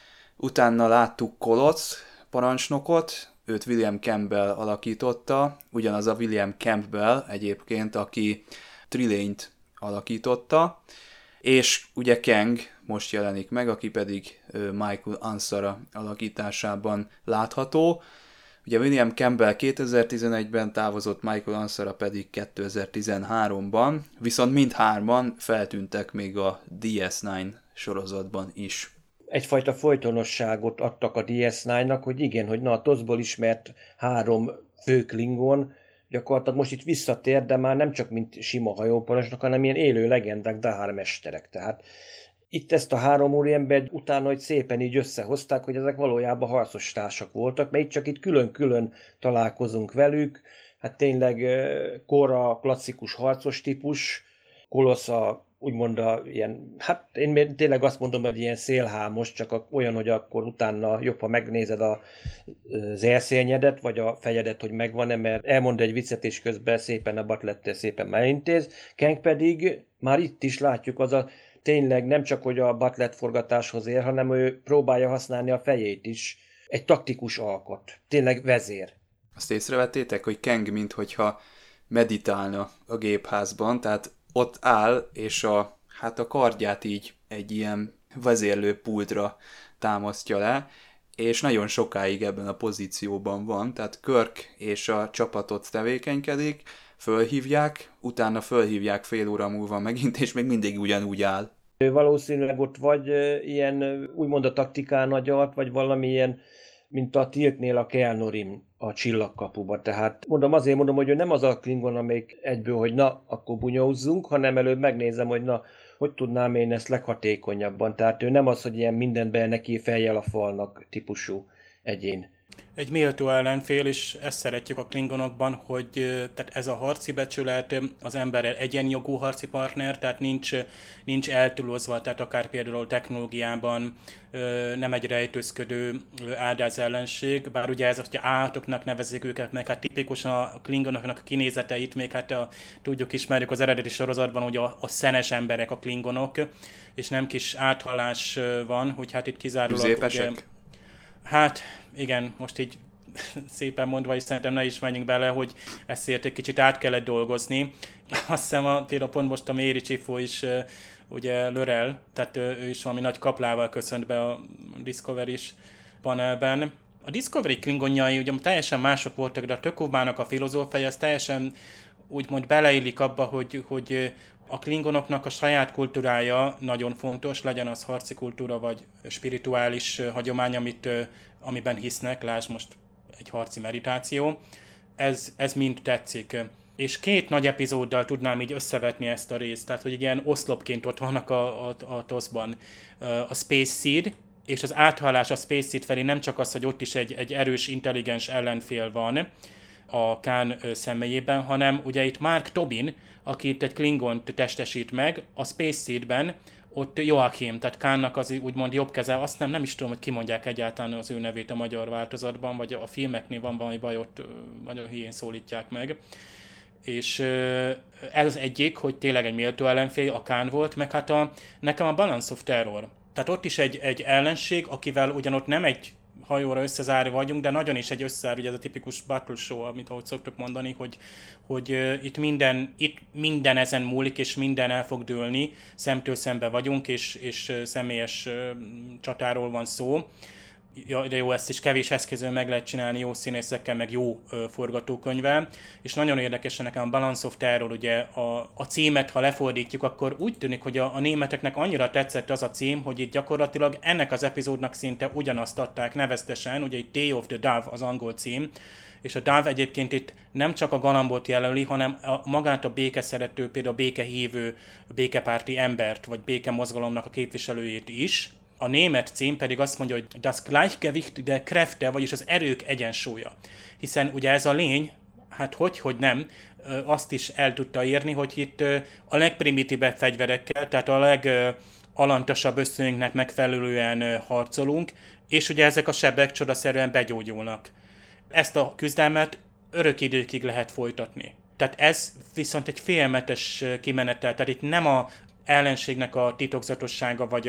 Utána láttuk Koloc parancsnokot, őt William Campbell alakította, ugyanaz a William Campbell egyébként, aki Trillane-t alakította, és ugye Kang most jelenik meg, aki pedig Michael Ansara alakításában látható. Ugye William Campbell 2011-ben távozott, Michael Ansara pedig 2013-ban, viszont mindhárman feltűntek még a DS9 sorozatban is. Egyfajta folytonosságot adtak a DS9-nak, hogy igen, hogy na a TOS-ból ismert 3 fő Klingon, gyakorlatilag most itt visszatér, de már nem csak mint sima hajóparancsnok, hanem ilyen élő legendák, Dahar mesterek. Tehát itt ezt a 3 úriembert utána, hogy szépen így összehozták, hogy ezek valójában harcos társak voltak, mert itt külön-külön találkozunk velük. Hát tényleg Korra klasszikus harcos típus, Kolosz úgymond ilyen, hát én tényleg azt mondom, hogy ilyen szélhámos, csak olyan, hogy akkor utána jobb, ha megnézed az elszélnyedet, vagy a fejedet, hogy megvan-e, mert elmond egy viccet, és közben szépen a Butlettel szépen elintéz. Kang pedig már itt is látjuk, tényleg nem csak, hogy a Butlet forgatáshoz ér, hanem ő próbálja használni a fejét is. Egy taktikus alkot. Tényleg vezér. Azt észrevettétek, hogy Kang minthogyha meditálna a gépházban, tehát ott áll, és a kardját így egy ilyen vezérlő pultra támasztja le, és nagyon sokáig ebben a pozícióban van, tehát Kirk és a csapatot tevékenykedik, fölhívják, utána fölhívják fél óra múlva megint, és még mindig ugyanúgy áll. Valószínűleg ott vagy ilyen, úgymond a taktikán agyalt, vagy valamilyen, mint a Tiltnél a Kelnorim a csillagkapuba. Tehát azért mondom, hogy ő nem az a Klingon, amelyik egyből, hogy na, akkor bunyózzunk, hanem előbb megnézem, hogy na, hogy tudnám én ezt leghatékonyabban. Tehát ő nem az, hogy ilyen mindenben neki fejjel a falnak típusú egyén. Egy méltó ellenfél, és ezt szeretjük a klingonokban, hogy tehát ez a harci becsület az emberrel egyenjogú harci partner, tehát nincs eltúlozva, tehát akár például technológiában nem egy rejtőzködő áldáz ellenség, bár ugye ez, hogyha állatoknak nevezik őket, meg hát tipikusan a klingonoknak a kinézeteit, még hát tudjuk, ismerjük az eredeti sorozatban, hogy a szenes emberek a klingonok, és nem kis áthallás van, hogy hát itt kizárólag... Középesek? Ugye, hát igen, most így szépen mondva, és szerintem ne is menjünk bele, hogy ezt egy kicsit át kellett dolgozni. Azt hiszem, például pont most a Méri Csifó is, ugye Lörel, tehát ő is valami nagy kaplával köszönt be a Discovery-s panelben. A Discovery klingonjai ugye teljesen mások voltak, de a Tökóbának a filozófiája az teljesen úgymond beleillik abba, hogy a klingonoknak a saját kultúrája nagyon fontos, legyen az harci kultúra vagy spirituális hagyomány, amiben hisznek, lásd most egy harci meditáció. Ez mind tetszik. És 2 nagy epizóddal tudnám így összevetni ezt a részt, tehát hogy ilyen oszlopként ott vannak a TOS-ban. A Space Seed, és az áthallás a Space Seed felé nem csak az, hogy ott is egy erős, intelligens ellenfél van a Khan személyében, hanem ugye itt Mark Tobin, aki itt egy Klingont testesít meg, a Space Seedben ott Joachim, tehát Khannak az úgymond jobb keze, azt nem is tudom, hogy kimondják egyáltalán az ő nevét a magyar változatban, vagy a filmeknél van valami baj, ott nagyon hülyén szólítják meg. És ez az egyik, hogy tényleg egy méltó ellenfél, a Khan volt, meg hát nekem a Balance of Terror. Tehát ott is egy ellenség, akivel ugyanott nem egy hajóra összezárva vagyunk, de nagyon is egy összezár, ugye ez a tipikus battle show, amit ahogy szoktuk mondani, hogy itt minden ezen múlik, és minden el fog dőlni, szemtől szembe vagyunk, és személyes csatáról van szó. Ja, de jó, ezt is kevés eszközön meg lehet csinálni, jó színészekkel, meg jó forgatókönyvvel. És nagyon érdekes nekem a Balance of Terror, ugye a címet, ha lefordítjuk, akkor úgy tűnik, hogy a németeknek annyira tetszett az a cím, hogy itt gyakorlatilag ennek az epizódnak szinte ugyanazt adták neveztesen, ugye itt Day of the Dove az angol cím, és a Dove egyébként itt nem csak a galambot jelöli, hanem magát a békeszerető, például a békehívő, békepárti embert, vagy békemozgalomnak a képviselőjét is. A német cím pedig azt mondja, hogy das Gleichgewicht der Kräfte, vagyis az erők egyensúlya. Hiszen ugye ez a lény, hát hogy nem, azt is el tudta írni, hogy itt a legprimitívebb fegyverekkel, tehát a legalantasabb ösztönünknek megfelelően harcolunk, és ugye ezek a sebek csodaszerűen begyógyulnak. Ezt a küzdelmet örök időkig lehet folytatni. Tehát ez viszont egy félelmetes kimenetel, tehát itt nem a ellenségnek a titokzatossága, vagy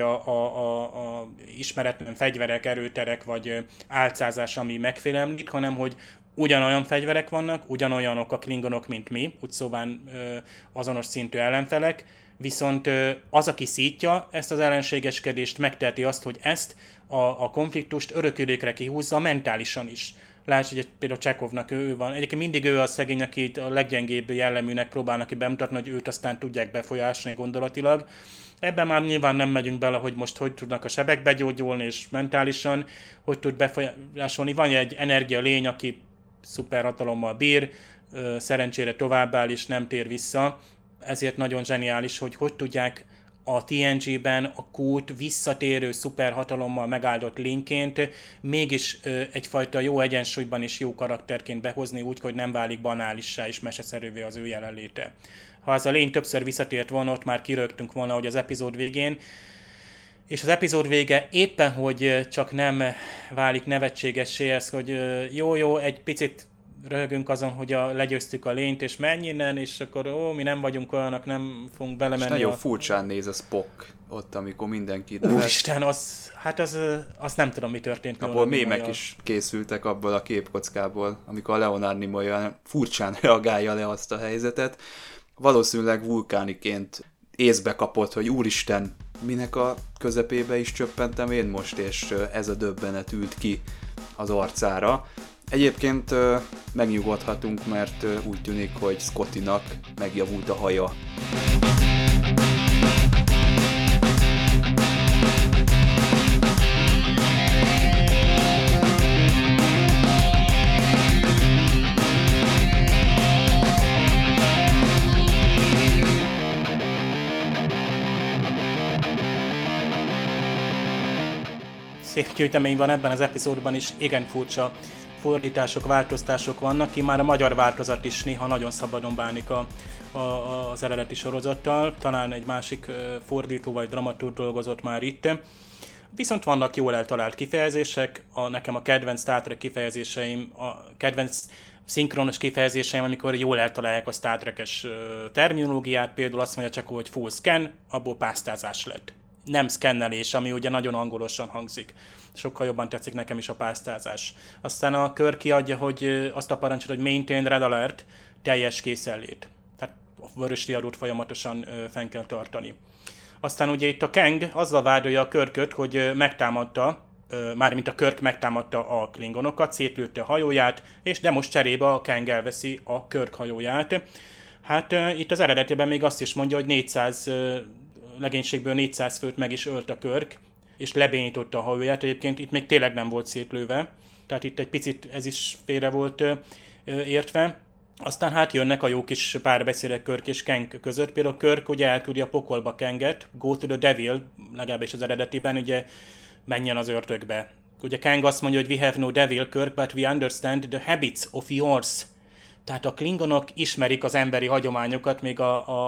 a ismeretlen fegyverek, erőterek, vagy álcázás, ami megfélemlít, hanem hogy ugyanolyan fegyverek vannak, ugyanolyanok a klingonok, mint mi, úgy szóval azonos szintű ellenfelek, viszont az, aki szítja ezt az ellenségeskedést, megteheti azt, hogy ezt a konfliktust örökidőkre kihúzza mentálisan is. Lásd, hogy például Csekovnak ő van. Egyébként mindig ő a szegény, aki a leggyengébb jelleműnek próbálnak ki bemutatni, hogy őt aztán tudják befolyásolni gondolatilag. Ebben már nyilván nem megyünk bele, hogy most hogy tudnak a sebek begyógyulni, és mentálisan hogy tud befolyásolni. Van egy energia lény, aki szuperhatalommal bír, szerencsére továbbáll és nem tér vissza. Ezért nagyon zseniális, hogy tudják a TNG-ben a Kult visszatérő szuperhatalommal megáldott lényként mégis egyfajta jó egyensúlyban és jó karakterként behozni úgy, hogy nem válik banálissá és meseszerűvé az ő jelenléte. Ha az a lény többször visszatért volna, ott már kirögtünk volna, hogy az epizód végén, és az epizód vége éppen, hogy csak nem válik nevetségessé ez, hogy jó, egy picit röhögünk azon, hogy legyőztük a lényt, és menj innen, és akkor mi nem vagyunk olyanok, nem fogunk belemenni. És nagyon furcsán néz a Spock ott, amikor mindenki ide lesz. Úristen, az nem tudom, mi történt. Abból mémek is készültek abból a képkockából, amikor a Leonard Nimoy olyan furcsán reagálja le azt a helyzetet. Valószínűleg vulkániként észbe kapott, hogy úristen, minek a közepébe is csöppentem én most, és ez a döbbenet ült ki az arcára. Egyébként megnyugodhatunk, mert úgy tűnik, hogy Scottynak megjavult a haja. Szép gyűjtemény van ebben az epizódban is, igen furcsa fordítások, változtások vannak, ki már a magyar változat is néha nagyon szabadon bánik az eredeti sorozattal, talán egy másik fordító vagy dramaturg dolgozott már itt. Viszont vannak jól eltalált kifejezések, nekem a kedvenc Star Trek kifejezéseim, a kedvenc szinkronos kifejezéseim, amikor jól eltalálják a Star Trek-es terminológiát, például azt mondja csak, hogy full scan, abból pásztázás lett. Nem szkennelés, ami ugye nagyon angolosan hangzik. Sokkal jobban tetszik nekem is a pásztázás. Aztán a Kirk kiadja, hogy azt a parancsot, hogy maintain red alert, teljes készenlét. Tehát a vörös riadót folyamatosan fenn kell tartani. Aztán ugye itt a Kang azzal vádolja a Kirköt, hogy megtámadta, mármint a Kirk megtámadta a klingonokat, szétlőtte a hajóját, de most cserébe a Kang elveszi a Kirk hajóját. Hát itt az eredetiben még azt is mondja, hogy 400 legénységből 400 főt meg is ölt a Kirk, és lebénította a hajóját. Egyébként itt még tényleg nem volt szétlőve, tehát itt egy picit ez is félre volt értve. Aztán hát jönnek a jó kis párbeszédek Kirk és Kang között. Például Kirk ugye elküldi a pokolba Kanget, go to the devil, legalábbis az eredetiben, ugye menjen az ördögbe. Ugye Kang azt mondja, hogy we have no devil, Kirk, but we understand the habits of yours. Tehát a klingonok ismerik az emberi hagyományokat, még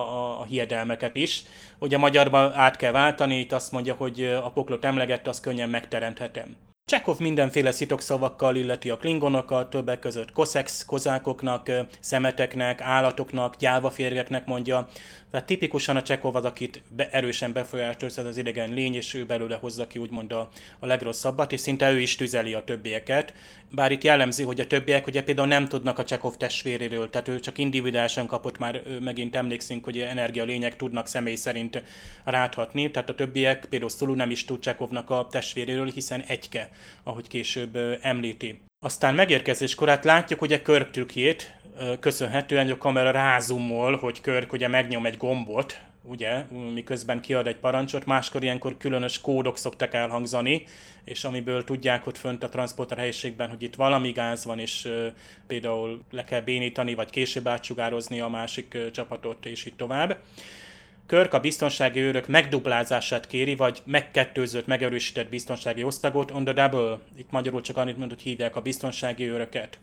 a hiedelmeket is. Ugye magyarban át kell váltani, itt azt mondja, hogy a poklot emlegette, azt könnyen megteremthetem. Chekhov mindenféle szitokszavakkal illeti a klingonokat, többek között koszex, kozákoknak, szemeteknek, állatoknak, gyávaférgeknek mondja. Tehát tipikusan a Chekhov az, akit erősen befolyásolja az idegen lény, és ő belőle hozza ki úgymond a legrosszabbat, és szinte ő is tüzeli a többieket. Bár itt jellemzi, hogy a többiek ugye például nem tudnak a Chekhov testvéréről, tehát ő csak individuálisan kapott, már megint emlékszünk, hogy energialények tudnak személy szerint ráthatni, tehát a többiek, például Sulu nem is tud Chekhovnak a testvéréről, hiszen egyke, ahogy később említi. Aztán megérkezéskor látjuk ugye Kirk trükkjét, köszönhetően, hogy a kamera rázoomol, hogy Kirk ugye megnyom egy gombot, ugye, miközben kiad egy parancsot, máskor ilyenkor különös kódok szoktak elhangzani, és amiből tudják ott fönt a transporter helyiségben, hogy itt valami gáz van, és például le kell bénítani, vagy később átsugározni a másik csapatot, és így tovább. Kirk a biztonsági őrök megduplázását kéri, vagy megkettőzött, megerősített biztonsági osztagot on the double. Itt magyarul csak annyit mond, hogy hívják a biztonsági őröket.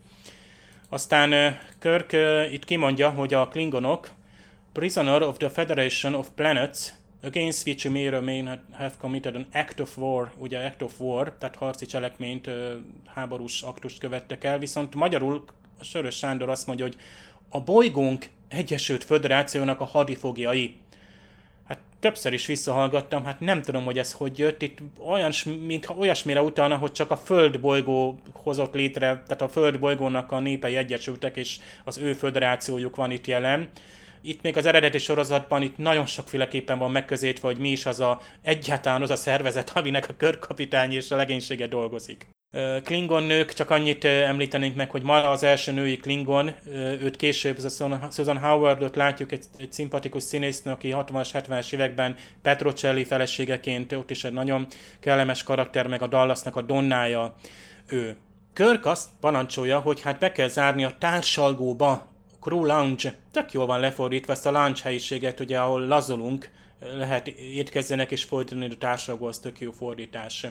Aztán Kirk itt kimondja, hogy a klingonok prisoner of the Federation of Planets against which you may have committed an act of war, ugye act of war, tehát harci cselekményt, háborús aktust követtek el, viszont magyarul a Sörös Sándor azt mondja, hogy a bolygónk Egyesült Föderációnak a hadifogjai. Hát többször is visszahallgattam, hát nem tudom, hogy ez hogy jött, itt mintha olyasmire utalna, hogy csak a földbolygó hozott létre, tehát a földbolygónak a népei egyesültek, és az ő föderációjuk van itt jelen. Itt még az eredeti sorozatban itt nagyon sokféleképpen van megközelítve, hogy mi is egyáltalán az a szervezet, aminek a körkapitány és a legénysége dolgozik. Klingon nők, csak annyit említenénk meg, hogy ma az első női Klingon, őt később, Susan Howardot látjuk, egy szimpatikus színésznő, aki 60-as, 70-es években Petrocelli feleségeként, ott is egy nagyon kellemes karakter, meg a Dallasnak a Donnája ő. Kirk azt parancsolja, hogy hát be kell zárni a társalgóba, Crew Lounge, tök jól van lefordítva ezt a lounge helyiséget, ugye, ahol lazolunk, lehet étkezzenek és folytatni a társadalmat, az tök jó fordítás.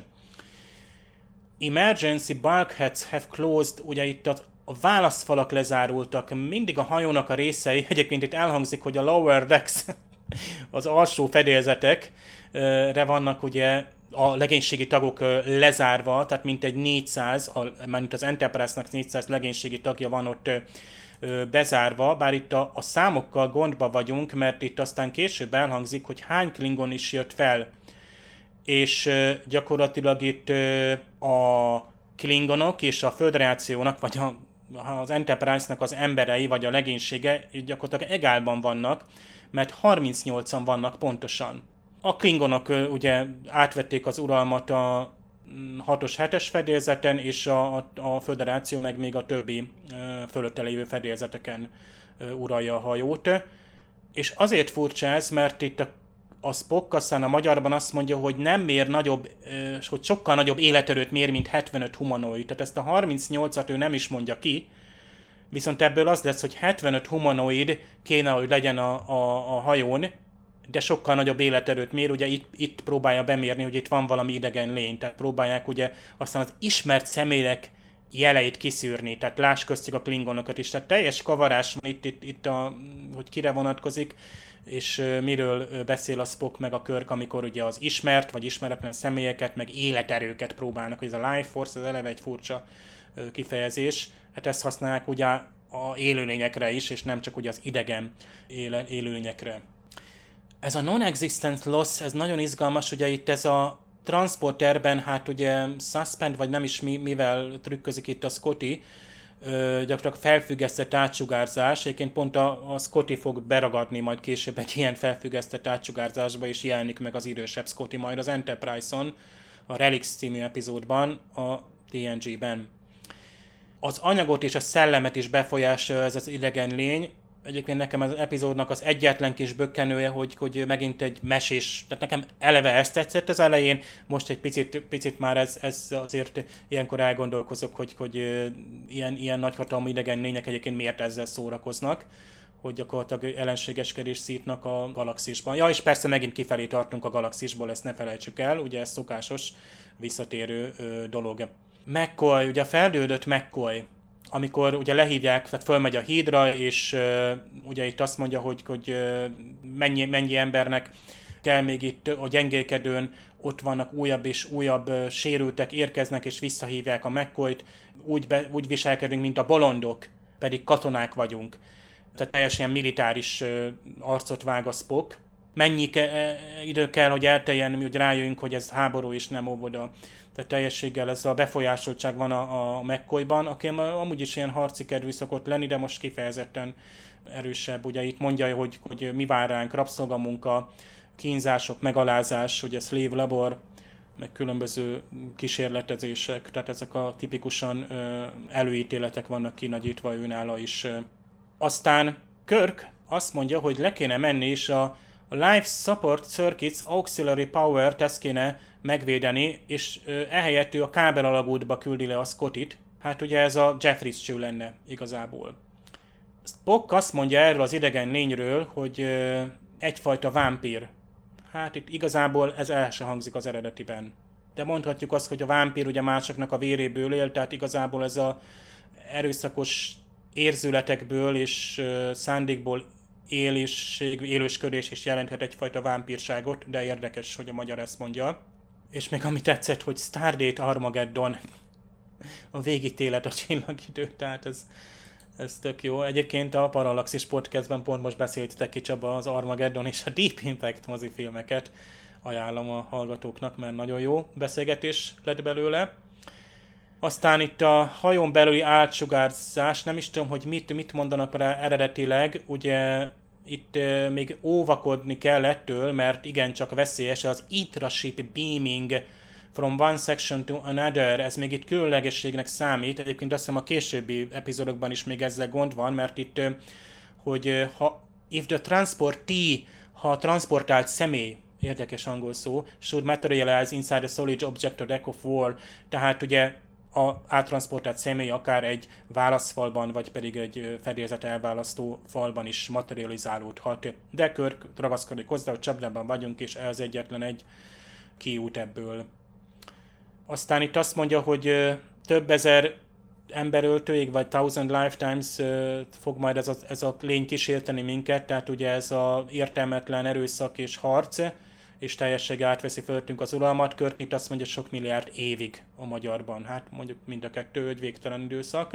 Emergency bulkheads have closed, ugye itt a válaszfalak lezárultak, mindig a hajónak a részei, egyébként itt elhangzik, hogy a lower decks, az alsó fedélzetekre vannak ugye a legénységi tagok lezárva, tehát mintegy 400, mint az Enterprise-nak 400 legénységi tagja van ott bezárva, bár itt a számokkal gondba vagyunk, mert itt aztán később elhangzik, hogy hány Klingon is jött fel. És gyakorlatilag itt a Klingonok és a Föderációnak, vagy az Enterprise-nak az emberei, vagy a legénysége gyakorlatilag egálban vannak, mert 38-an vannak pontosan. A Klingonok ugye átvették az uralmat a 6-os, 7-es fedélzeten, és a Föderáció meg még a többi fölötte lévő fedélzeteken uralja a hajót. És azért furcsa ez, mert itt a Spock aztán a magyarban azt mondja, hogy nem mér nagyobb, hogy sokkal nagyobb életerőt mér, mint 75 humanoid. Tehát ezt a 38-at ő nem is mondja ki, viszont ebből az lesz, hogy 75 humanoid kéne, hogy legyen a hajón, de sokkal nagyobb életerőt mér, ugye itt próbálja bemérni, hogy itt van valami idegen lény, tehát próbálják ugye aztán az ismert személyek jeleit kiszűrni, tehát láss köztük a klingonokat is, tehát teljes kavarás van itt hogy kire vonatkozik, és miről beszél a Spock meg a Kirk, amikor ugye az ismert vagy ismeretlen személyeket, meg életerőket próbálnak, hogy ez a Life Force, az eleve egy furcsa kifejezés, hát ezt használják ugye a élőlényekre is, és nem csak ugye az idegen élőlényekre. Ez a non-existent loss, ez nagyon izgalmas, ugye itt ez a transporterben, hát ugye suspend, vagy nem is mivel trükközik itt a Scotty, gyakorlatilag felfüggesztett átsugárzás, egyébként pont a Scotty fog beragadni majd később egy ilyen felfüggesztett átsugárzásba, és jelenik meg az idősebb Scotty majd az Enterprise-on, a Relics című epizódban, a TNG-ben. Az anyagot és a szellemet is befolyásolja ez az idegen lény. Egyébként nekem az epizódnak az egyetlen kis bökkenője, hogy megint egy mesés, tehát nekem eleve ezt tetszett az elején, most egy picit már ez azért ilyenkor elgondolkozok, hogy ilyen nagyhatalmú idegen lények egyébként miért ezzel szórakoznak, hogy gyakorlatilag ellenségeskedést szítnak a galaxisban. Ja, és persze megint kifelé tartunk a galaxisból, ezt ne felejtsük el, ugye ez szokásos, visszatérő dolog. McCoy, ugye a feldődött McCoy, amikor ugye lehívják, tehát fölmegy a hídra, és ugye itt azt mondja, hogy mennyi embernek kell még itt a gyengélkedőn, ott vannak újabb és újabb sérültek, érkeznek és visszahívják a McCoyt, úgy viselkedünk, mint a bolondok, pedig katonák vagyunk. Tehát teljesen militáris arcot vág a Spock. Mennyi idő kell, hogy elteljen, hogy rájöjjünk, hogy ez háború és nem óvoda. Tehát teljességgel ez a befolyásoltság van a McCoyban, aki amúgy is ilyen harci kedvű szokott lenni, de most kifejezetten erősebb. Ugye itt mondja, hogy mi vár ránk, rabszolgamunka, kínzások, megalázás, ugye slave labor, meg különböző kísérletezések, tehát ezek a tipikusan előítéletek vannak kinagyítva őnála is. Aztán Kirk azt mondja, hogy le kéne menni, és a Life Support Circuits Auxiliary Power-t ezt kéne megvédeni, és ehelyett ő a kábel alagútba küldi le a Scottit. Hát ugye ez a Jeffries cső lenne igazából. Spock azt mondja erről az idegen lényről, hogy egyfajta vámpír. Hát itt igazából ez el sem hangzik az eredetiben. De mondhatjuk azt, hogy a vámpír ugye másoknak a véréből él, tehát igazából ez a erőszakos érzületekből és szándékból élősködés is jelenthet egyfajta vámpírságot, de érdekes, hogy a magyar ezt mondja. És még ami tetszett, hogy Stardate Armageddon, a végítélet a csillagidő, tehát ez tök jó. Egyébként a Parallaxis podcastben pont most beszéltetek ki, Csaba, az Armageddon és a Deep Impact mozifilmeket. Ajánlom a hallgatóknak, mert nagyon jó beszélgetés lett belőle. Aztán itt a hajón belüli átsugárzás, nem is tudom, hogy mit mondanak rá eredetileg, ugye itt még óvakodni kell ettől, mert igencsak veszélyes az intraship beaming from one section to another, ez még itt különlegességnek számít, egyébként azt hiszem a későbbi epizódokban is még ezzel gond van, mert itt, hogy if the transportee, ha a transportált személy, érdekes angol szó, should materialize inside a solid object or deck of war, tehát ugye a áttranszportált személy akár egy válaszfalban, vagy pedig egy fedélzet elválasztó falban is materializálódhat. De Kirk ragaszkodik hozzá, hogy csapdában vagyunk, és ez egyetlen egy kiút ebből. Aztán itt azt mondja, hogy több ezer emberöltőig, vagy 1000 lifetimes fog majd ez a lény kísérteni minket, tehát ugye ez a értelmetlen erőszak és harc, és teljességgel átveszi fölöttünk az uralmat. Kirk itt azt mondja, sok milliárd évig a magyarban. Hát mondjuk mind a kettő egy végtelen időszak.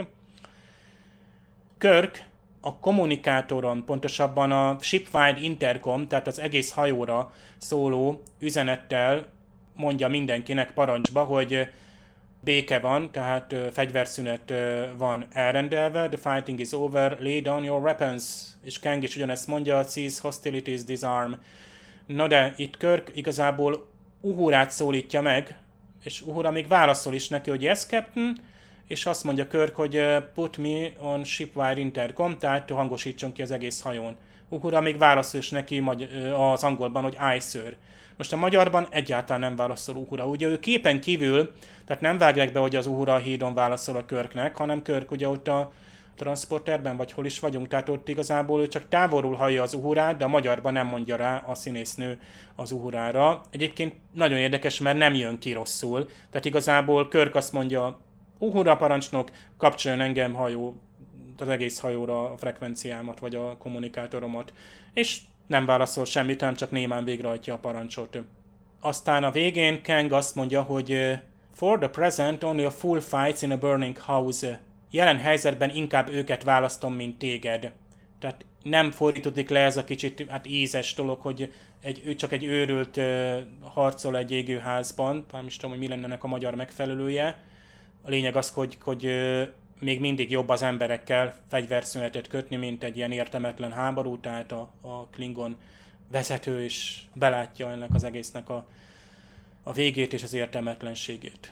Kirk a kommunikátoron, pontosabban a shipwide intercom, tehát az egész hajóra szóló üzenettel mondja mindenkinek parancsba, hogy béke van, tehát fegyverszünet van elrendelve, the fighting is over, lay down your weapons, és Kang is ugyanezt mondja, cease hostilities, disarm. Na de itt Kirk igazából Uhurát szólítja meg, és Uhura még válaszol is neki, hogy yes, captain, és azt mondja Kirk, hogy put me on shipwide intercom, tehát hangosítson ki az egész hajón. Uhura még válaszol is neki az angolban, hogy aye, sir. Most a magyarban egyáltalán nem válaszol Uhura. Ugye ő képen kívül, tehát nem vágják be, hogy az Uhura a hídon válaszol a Kirknek, hanem Kirk ugye ott a transporterben, vagy hol is vagyunk, tehát ott igazából ő csak távolról hallja az Uhurát, de a magyarban nem mondja rá a színésznő az Uhurára. Egyébként nagyon érdekes, mert nem jön ki rosszul, tehát igazából Kirk azt mondja, Uhura parancsnok, kapcsoljon engem hajó, az egész hajóra a frekvenciámat, vagy a kommunikátoromat, és nem válaszol semmit, hanem csak némán végrehajtja a parancsot. Aztán a végén Kang azt mondja, hogy for the present only a full fights in a burning house. Jelen helyzetben inkább őket választom, mint téged. Tehát nem fordítódik le ez a kicsit ízes dolog, hogy ő csak egy őrült harcol egy égőházban. Nem is tudom, hogy mi lenne ennek a magyar megfelelője. A lényeg az, hogy még mindig jobb az emberekkel fegyverszünetet kötni, mint egy ilyen értelmetlen háború, tehát a Klingon vezető is belátja ennek az egésznek a végét és az értelmetlenségét.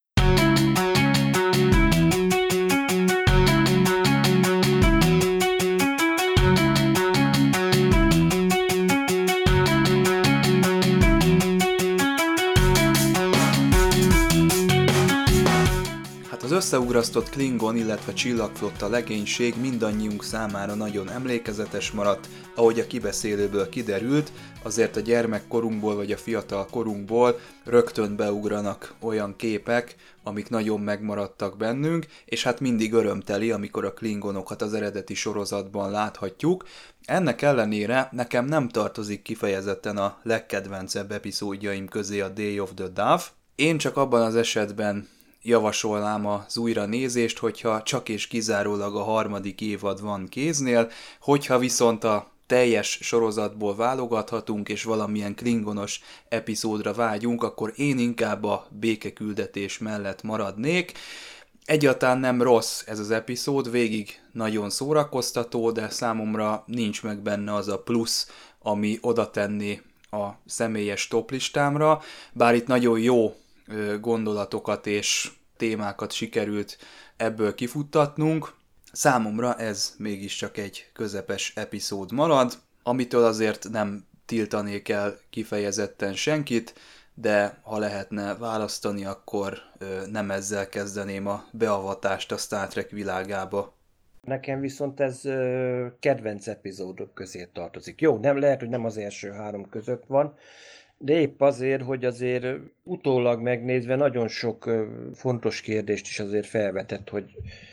Az összeugrasztott Klingon, illetve csillagflotta legénység mindannyiunk számára nagyon emlékezetes maradt, ahogy a kibeszélőből kiderült, azért a gyermekkorunkból vagy a fiatal korunkból rögtön beugranak olyan képek, amik nagyon megmaradtak bennünk, és hát mindig örömteli, amikor a Klingonokat az eredeti sorozatban láthatjuk. Ennek ellenére nekem nem tartozik kifejezetten a legkedvencebb epizódjaim közé a Day of the Dove. Én csak abban az esetben javasolnám az újranézést, hogyha csak és kizárólag a 3. évad van kéznél, hogyha viszont a teljes sorozatból válogathatunk, és valamilyen klingonos epizódra vágyunk, akkor én inkább a békeküldetés mellett maradnék. Egyáltalán nem rossz ez az epizód, végig nagyon szórakoztató, de számomra nincs meg benne az a plusz, ami oda tenné a személyes toplistámra, bár itt nagyon jó gondolatokat és témákat sikerült ebből kifuttatnunk. Számomra ez mégiscsak egy közepes epizód marad, amitől azért nem tiltanék el kifejezetten senkit, de ha lehetne választani, akkor nem ezzel kezdeném a beavatást a Star Trek világába. Nekem viszont ez kedvenc epizódok közé tartozik. Jó, nem lehet, hogy nem az első 3 között van, de épp azért, hogy azért utólag megnézve nagyon sok fontos kérdést is azért felvetett, hogy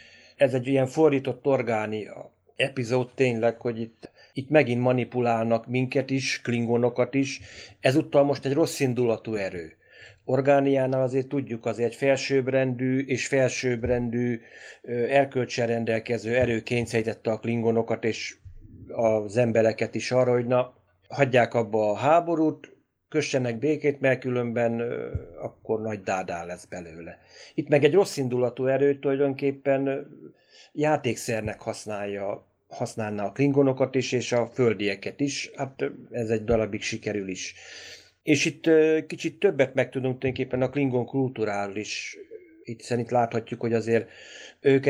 ez egy ilyen fordított orgáni epizód tényleg, hogy itt megint manipulálnak minket is, klingonokat is, ezúttal most egy rosszindulatú erő. Orgániánál azért tudjuk, azért egy felsőbbrendű és felsőbbrendű erkölccsel rendelkező erő kényszerítette a klingonokat és az embereket is arra, hogy na, hagyják abba a háborút, kössenek békét, mert különben akkor nagy dádá lesz belőle. Itt meg egy rosszindulatú erő tulajdonképpen játékszernek használná a klingonokat is, és a földieket is. Hát ez egy darabig sikerül is. És itt kicsit többet megtudunk tulajdonképpen a klingon kultúráról is. Itt szerint láthatjuk, hogy azért ők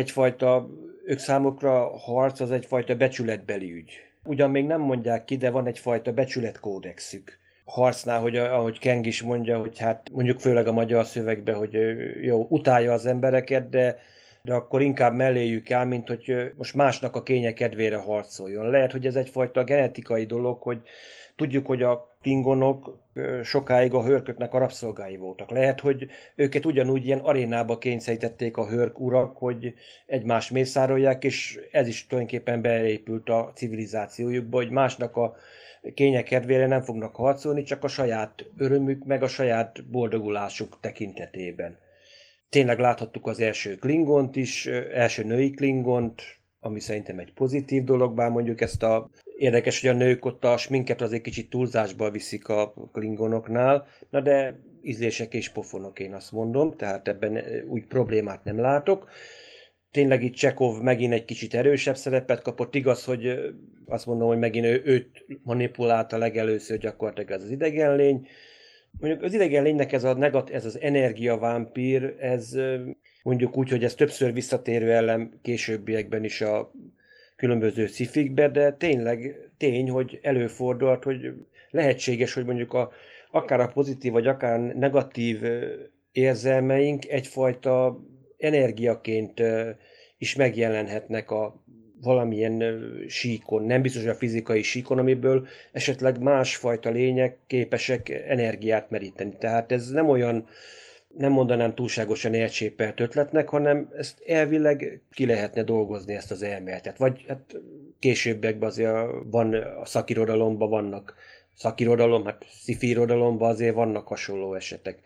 számukra a harc az egyfajta becsületbeli ügy. Ugyan még nem mondják ki, de van egyfajta becsületkódexük. harcnál, hogy ahogy Keng is mondja, hogy hát mondjuk főleg a magyar szövegben, hogy jó, utálja az embereket, de akkor inkább melléjük áll, mint hogy most másnak a kénye kedvére harcoljon. Lehet, hogy ez egyfajta genetikai dolog, hogy tudjuk, hogy a klingonok sokáig a hörköknek a rabszolgái voltak. Lehet, hogy őket ugyanúgy ilyen arénába kényszerítették a hörk urak, hogy egymást mészárolják, és ez is tulajdonképpen beépült a civilizációjukba, hogy másnak a kénye kedvére nem fognak harcolni, csak a saját örömük, meg a saját boldogulásuk tekintetében. Tényleg láthattuk az első klingont is, első női klingont, ami szerintem egy pozitív dolog, bár mondjuk ezt a érdekes, hogy a nők ott a sminket azért kicsit túlzásba viszik a klingonoknál, na de ízlések és pofonok, én azt mondom, tehát ebben úgy problémát nem látok. Tényleg itt Csekov megint egy kicsit erősebb szerepet kapott, igaz, hogy azt mondom, hogy megint őt manipulálta legelőször gyakorlatilag ez az idegenlény. Mondjuk az idegenlénynek ez az energiavámpír, ez mondjuk úgy, hogy ez többször visszatérő ellen későbbiekben is a különböző sci-fikbe, de tényleg tény, hogy előfordult, hogy lehetséges, hogy mondjuk akár a pozitív, vagy akár negatív érzelmeink egyfajta energiaként is megjelenhetnek a valamilyen síkon, nem biztos, hogy a fizikai síkon, amiből esetleg másfajta lények képesek energiát meríteni. Tehát ez nem olyan, nem mondanám túlságosan elcsépelt ötletnek, hanem ezt elvileg ki lehetne dolgozni ezt az elméletet. Vagy hát későbbekben azért van a szakirodalomban vannak, hát sci-fi irodalomban azért vannak hasonló esetek.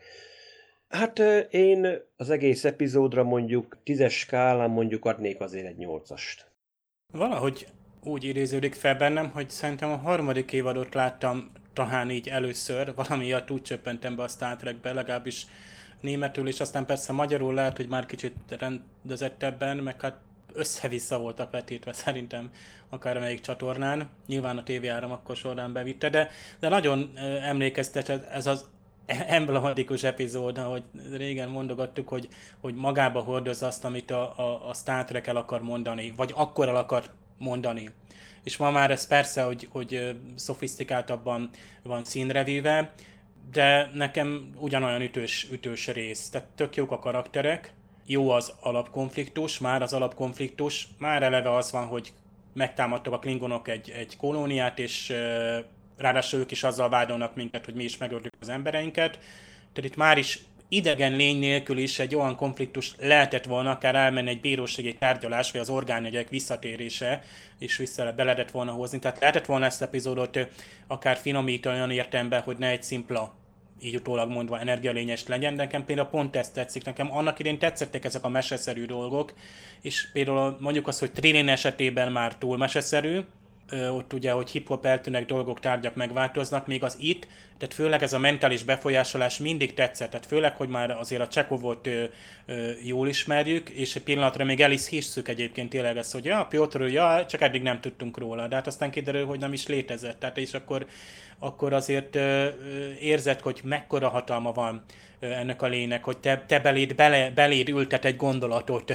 Hát én az egész epizódra mondjuk 10-es skálán mondjuk adnék azért egy 8-ast. Valahogy úgy idéződik fel bennem, hogy szerintem a harmadik évadot láttam talán így először, valamiatt úgy csöppentem be a Star Trekbe, legalábbis németül, és aztán persze magyarul lehet, hogy már kicsit rendezettebben, meg hát össze-vissza voltak vetítve szerintem akármelyik csatornán. Nyilván a TV3 akkor során bevitte, de nagyon emlékeztet ez az emblematikus epizód, ahogy régen mondogattuk, hogy magába hordozza azt, amit a Star Trek el akar mondani, vagy akkor el akar mondani. És ma már ez persze, hogy szofisztikáltabban van színre víve, de nekem ugyanolyan ütős rész. Tehát tök jók a karakterek, jó az alapkonfliktus, már eleve az van, hogy megtámadtak a klingonok egy kolóniát, és ráadásul ők is azzal vádolnak minket, hogy mi is megöljük az embereinket. Tehát itt már is idegen lény nélkül is egy olyan konfliktus lehetett volna, akár elmenni egy bírósági tárgyalás, vagy az orgánjegyek visszatérése, és be lehetett volna hozni. Tehát lehetett volna ezt az epizódot akár finomítani olyan értelemben, hogy ne egy szimpla, így utólag mondva energialényes legyen, de nekem például pont ezt tetszik. Nekem annak idén tetszettek ezek a meseszerű dolgok, és például mondjuk azt, hogy Trilin esetében már túl meseszerű, ott ugye, hogy hip-hop eltűnnek dolgok, tárgyak megváltoznak, még az itt, tehát főleg ez a mentális befolyásolás mindig tetszett, tehát főleg, hogy már azért a Csekovot jól ismerjük, és egy pillanatra még el is hisszük egyébként tényleg ezt, hogy ja, Piotr, csak eddig nem tudtunk róla, de hát aztán kiderül, hogy nem is létezett, tehát és akkor azért érzed, hogy mekkora hatalma van ennek a lénynek, hogy te beléd ültet egy gondolatot,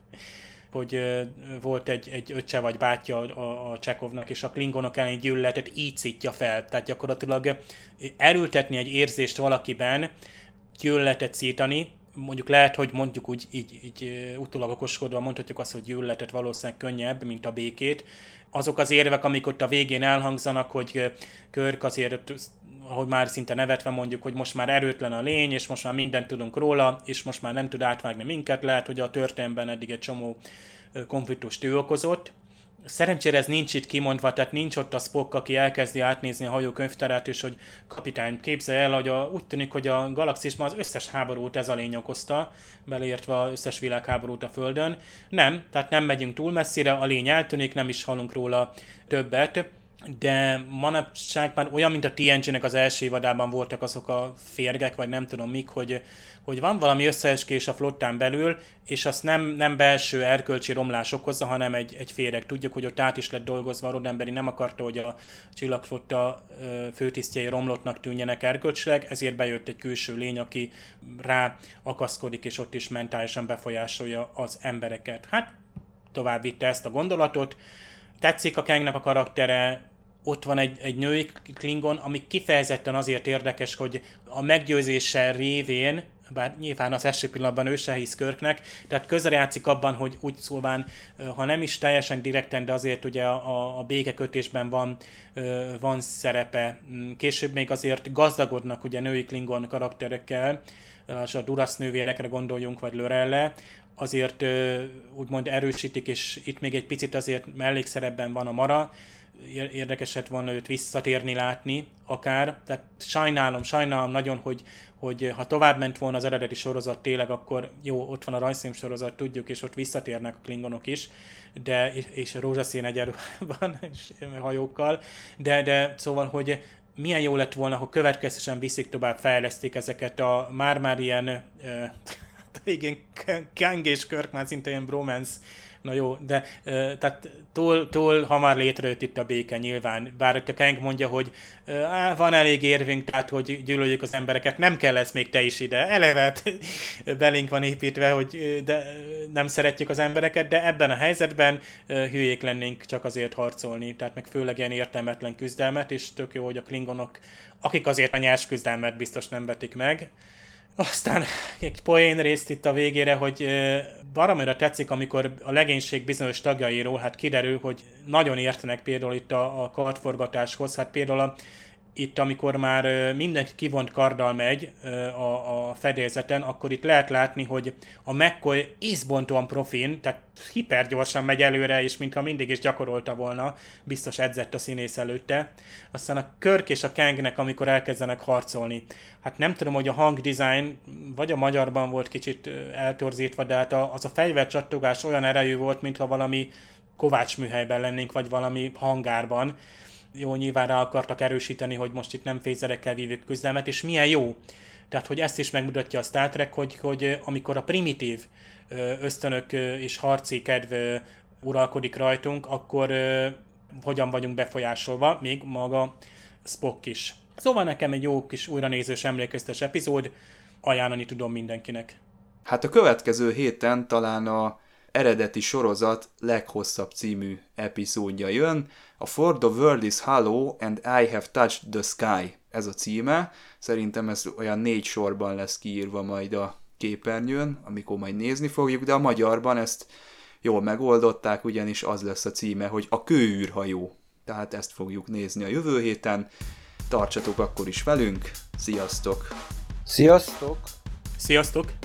hogy volt egy öccse vagy bátyja a Csekovnak, és a klingonok elleni gyűlöletet így szítja fel. Tehát gyakorlatilag elültetni egy érzést valakiben, gyűlöletet szítani, mondjuk lehet, hogy mondjuk úgy így utólag okoskodva mondhatjuk azt, hogy gyűlöletet valószínűleg könnyebb, mint a békét. Azok az érvek, amik ott a végén elhangzanak, hogy Kirk azért, ahogy már szinte nevetve mondjuk, hogy most már erőtlen a lény, és most már mindent tudunk róla, és most már nem tud átvágni minket, lehet, hogy a történelemben eddig egy csomó konfliktust ő okozott. Szerencsére ez nincs itt kimondva, tehát nincs ott a Spock, aki elkezdi átnézni a hajó könyvtárát, és hogy kapitány, képzelj el, hogy úgy tűnik, hogy a galaxisban az összes háborút ez a lény okozta, beleértve az összes világháborút a Földön. Nem, tehát nem megyünk túl messzire, a lény eltűnik, nem is hallunk róla többet, de manapság már olyan, mint a TNG-nek az első évadában voltak azok a férgek, vagy nem tudom mik, hogy van valami összeeskés a flottán belül, és azt nem belső erkölcsi romlás okozza, hanem egy féreg. Tudjuk, hogy ott át is lett dolgozva, a Roddenberry nem akarta, hogy a csillagflotta főtisztjei romlottnak tűnjenek erkölcsileg, ezért bejött egy külső lény, aki rá akaszkodik, és ott is mentálisan befolyásolja az embereket. Hát tovább vitte ezt a gondolatot. Tetszik a Kangnek a karaktere, ott van egy női Klingon, ami kifejezetten azért érdekes, hogy a meggyőzéssel révén, bár nyilván az első pillanatban ő se hisz Kirknek, tehát közrejátszik abban, hogy úgy szólván, ha nem is teljesen direkten, de azért ugye a békekötésben van szerepe. Később még azért gazdagodnak ugye női Klingon karakterekkel, a Duras nővérekre gondoljunk, vagy Lorelle, azért úgymond erősítik, és itt még egy picit azért mellékszerepben van a Mara, érdekes lett volna őt visszatérni látni akár, tehát sajnálom nagyon, hogy ha tovább ment volna az eredeti sorozat tényleg, akkor jó, ott van a rajzfilm sorozat, tudjuk, és ott visszatérnek a Klingonok is, és rózsaszín egyenruhában, és hajókkal, de szóval, hogy milyen jó lett volna, ha következően viszik tovább, fejleszték ezeket a már ilyen igen, Kang és Kirk már szinte ilyen bromance, na jó, de tehát túl hamar létrejött itt a béke nyilván, bár a Kang mondja, hogy van elég érvünk, tehát hogy gyűlöljük az embereket, nem kell lesz még te is ide, eleve belénk van építve, hogy de nem szeretjük az embereket, de ebben a helyzetben hülyék lennénk csak azért harcolni, tehát meg főleg ilyen értelmetlen küzdelmet, és tök jó, hogy a Klingonok, akik azért a nyers küzdelmet biztos nem vetik meg. Aztán egy poén részt itt a végére, hogy baromira tetszik, amikor a legénység bizonyos tagjairól hát kiderül, hogy nagyon értenek például itt a kardforgatáshoz, hát például itt, amikor már mindenki kivont karddal megy a fedélzeten, akkor itt lehet látni, hogy a McCoy észbontóan profin, tehát hipergyorsan megy előre, és mintha mindig is gyakorolta volna, biztos edzett a színész előtte. Aztán a Kirk és a Kangnek, amikor elkezdenek harcolni. Hát nem tudom, hogy a hangdesign vagy a magyarban volt kicsit eltorzítva, de hát az a fegyvercsattogás olyan erejű volt, mintha valami Kovács műhelyben lennénk, vagy valami hangárban. Jó, nyilván rá akartak erősíteni, hogy most itt nem fézerekkel vívjuk küzdelmet, és milyen jó. Tehát, hogy ezt is megmutatja a Star Trek, hogy amikor a primitív ösztönök és harci kedv uralkodik rajtunk, akkor hogyan vagyunk befolyásolva, még maga Spock is. Szóval nekem egy jó kis újranézős emlékeztes epizód, ajánlani tudom mindenkinek. Hát a következő héten talán a eredeti sorozat leghosszabb című epizódja jön. A For the World is Hollow and I Have Touched the Sky, ez a címe. Szerintem ez olyan 4 sorban lesz kiírva majd a képernyőn, amikor majd nézni fogjuk, de a magyarban ezt jól megoldották, ugyanis az lesz a címe, hogy a kőűrhajó. Tehát ezt fogjuk nézni a jövő héten. Tartsatok akkor is velünk, sziasztok! Sziasztok! Sziasztok!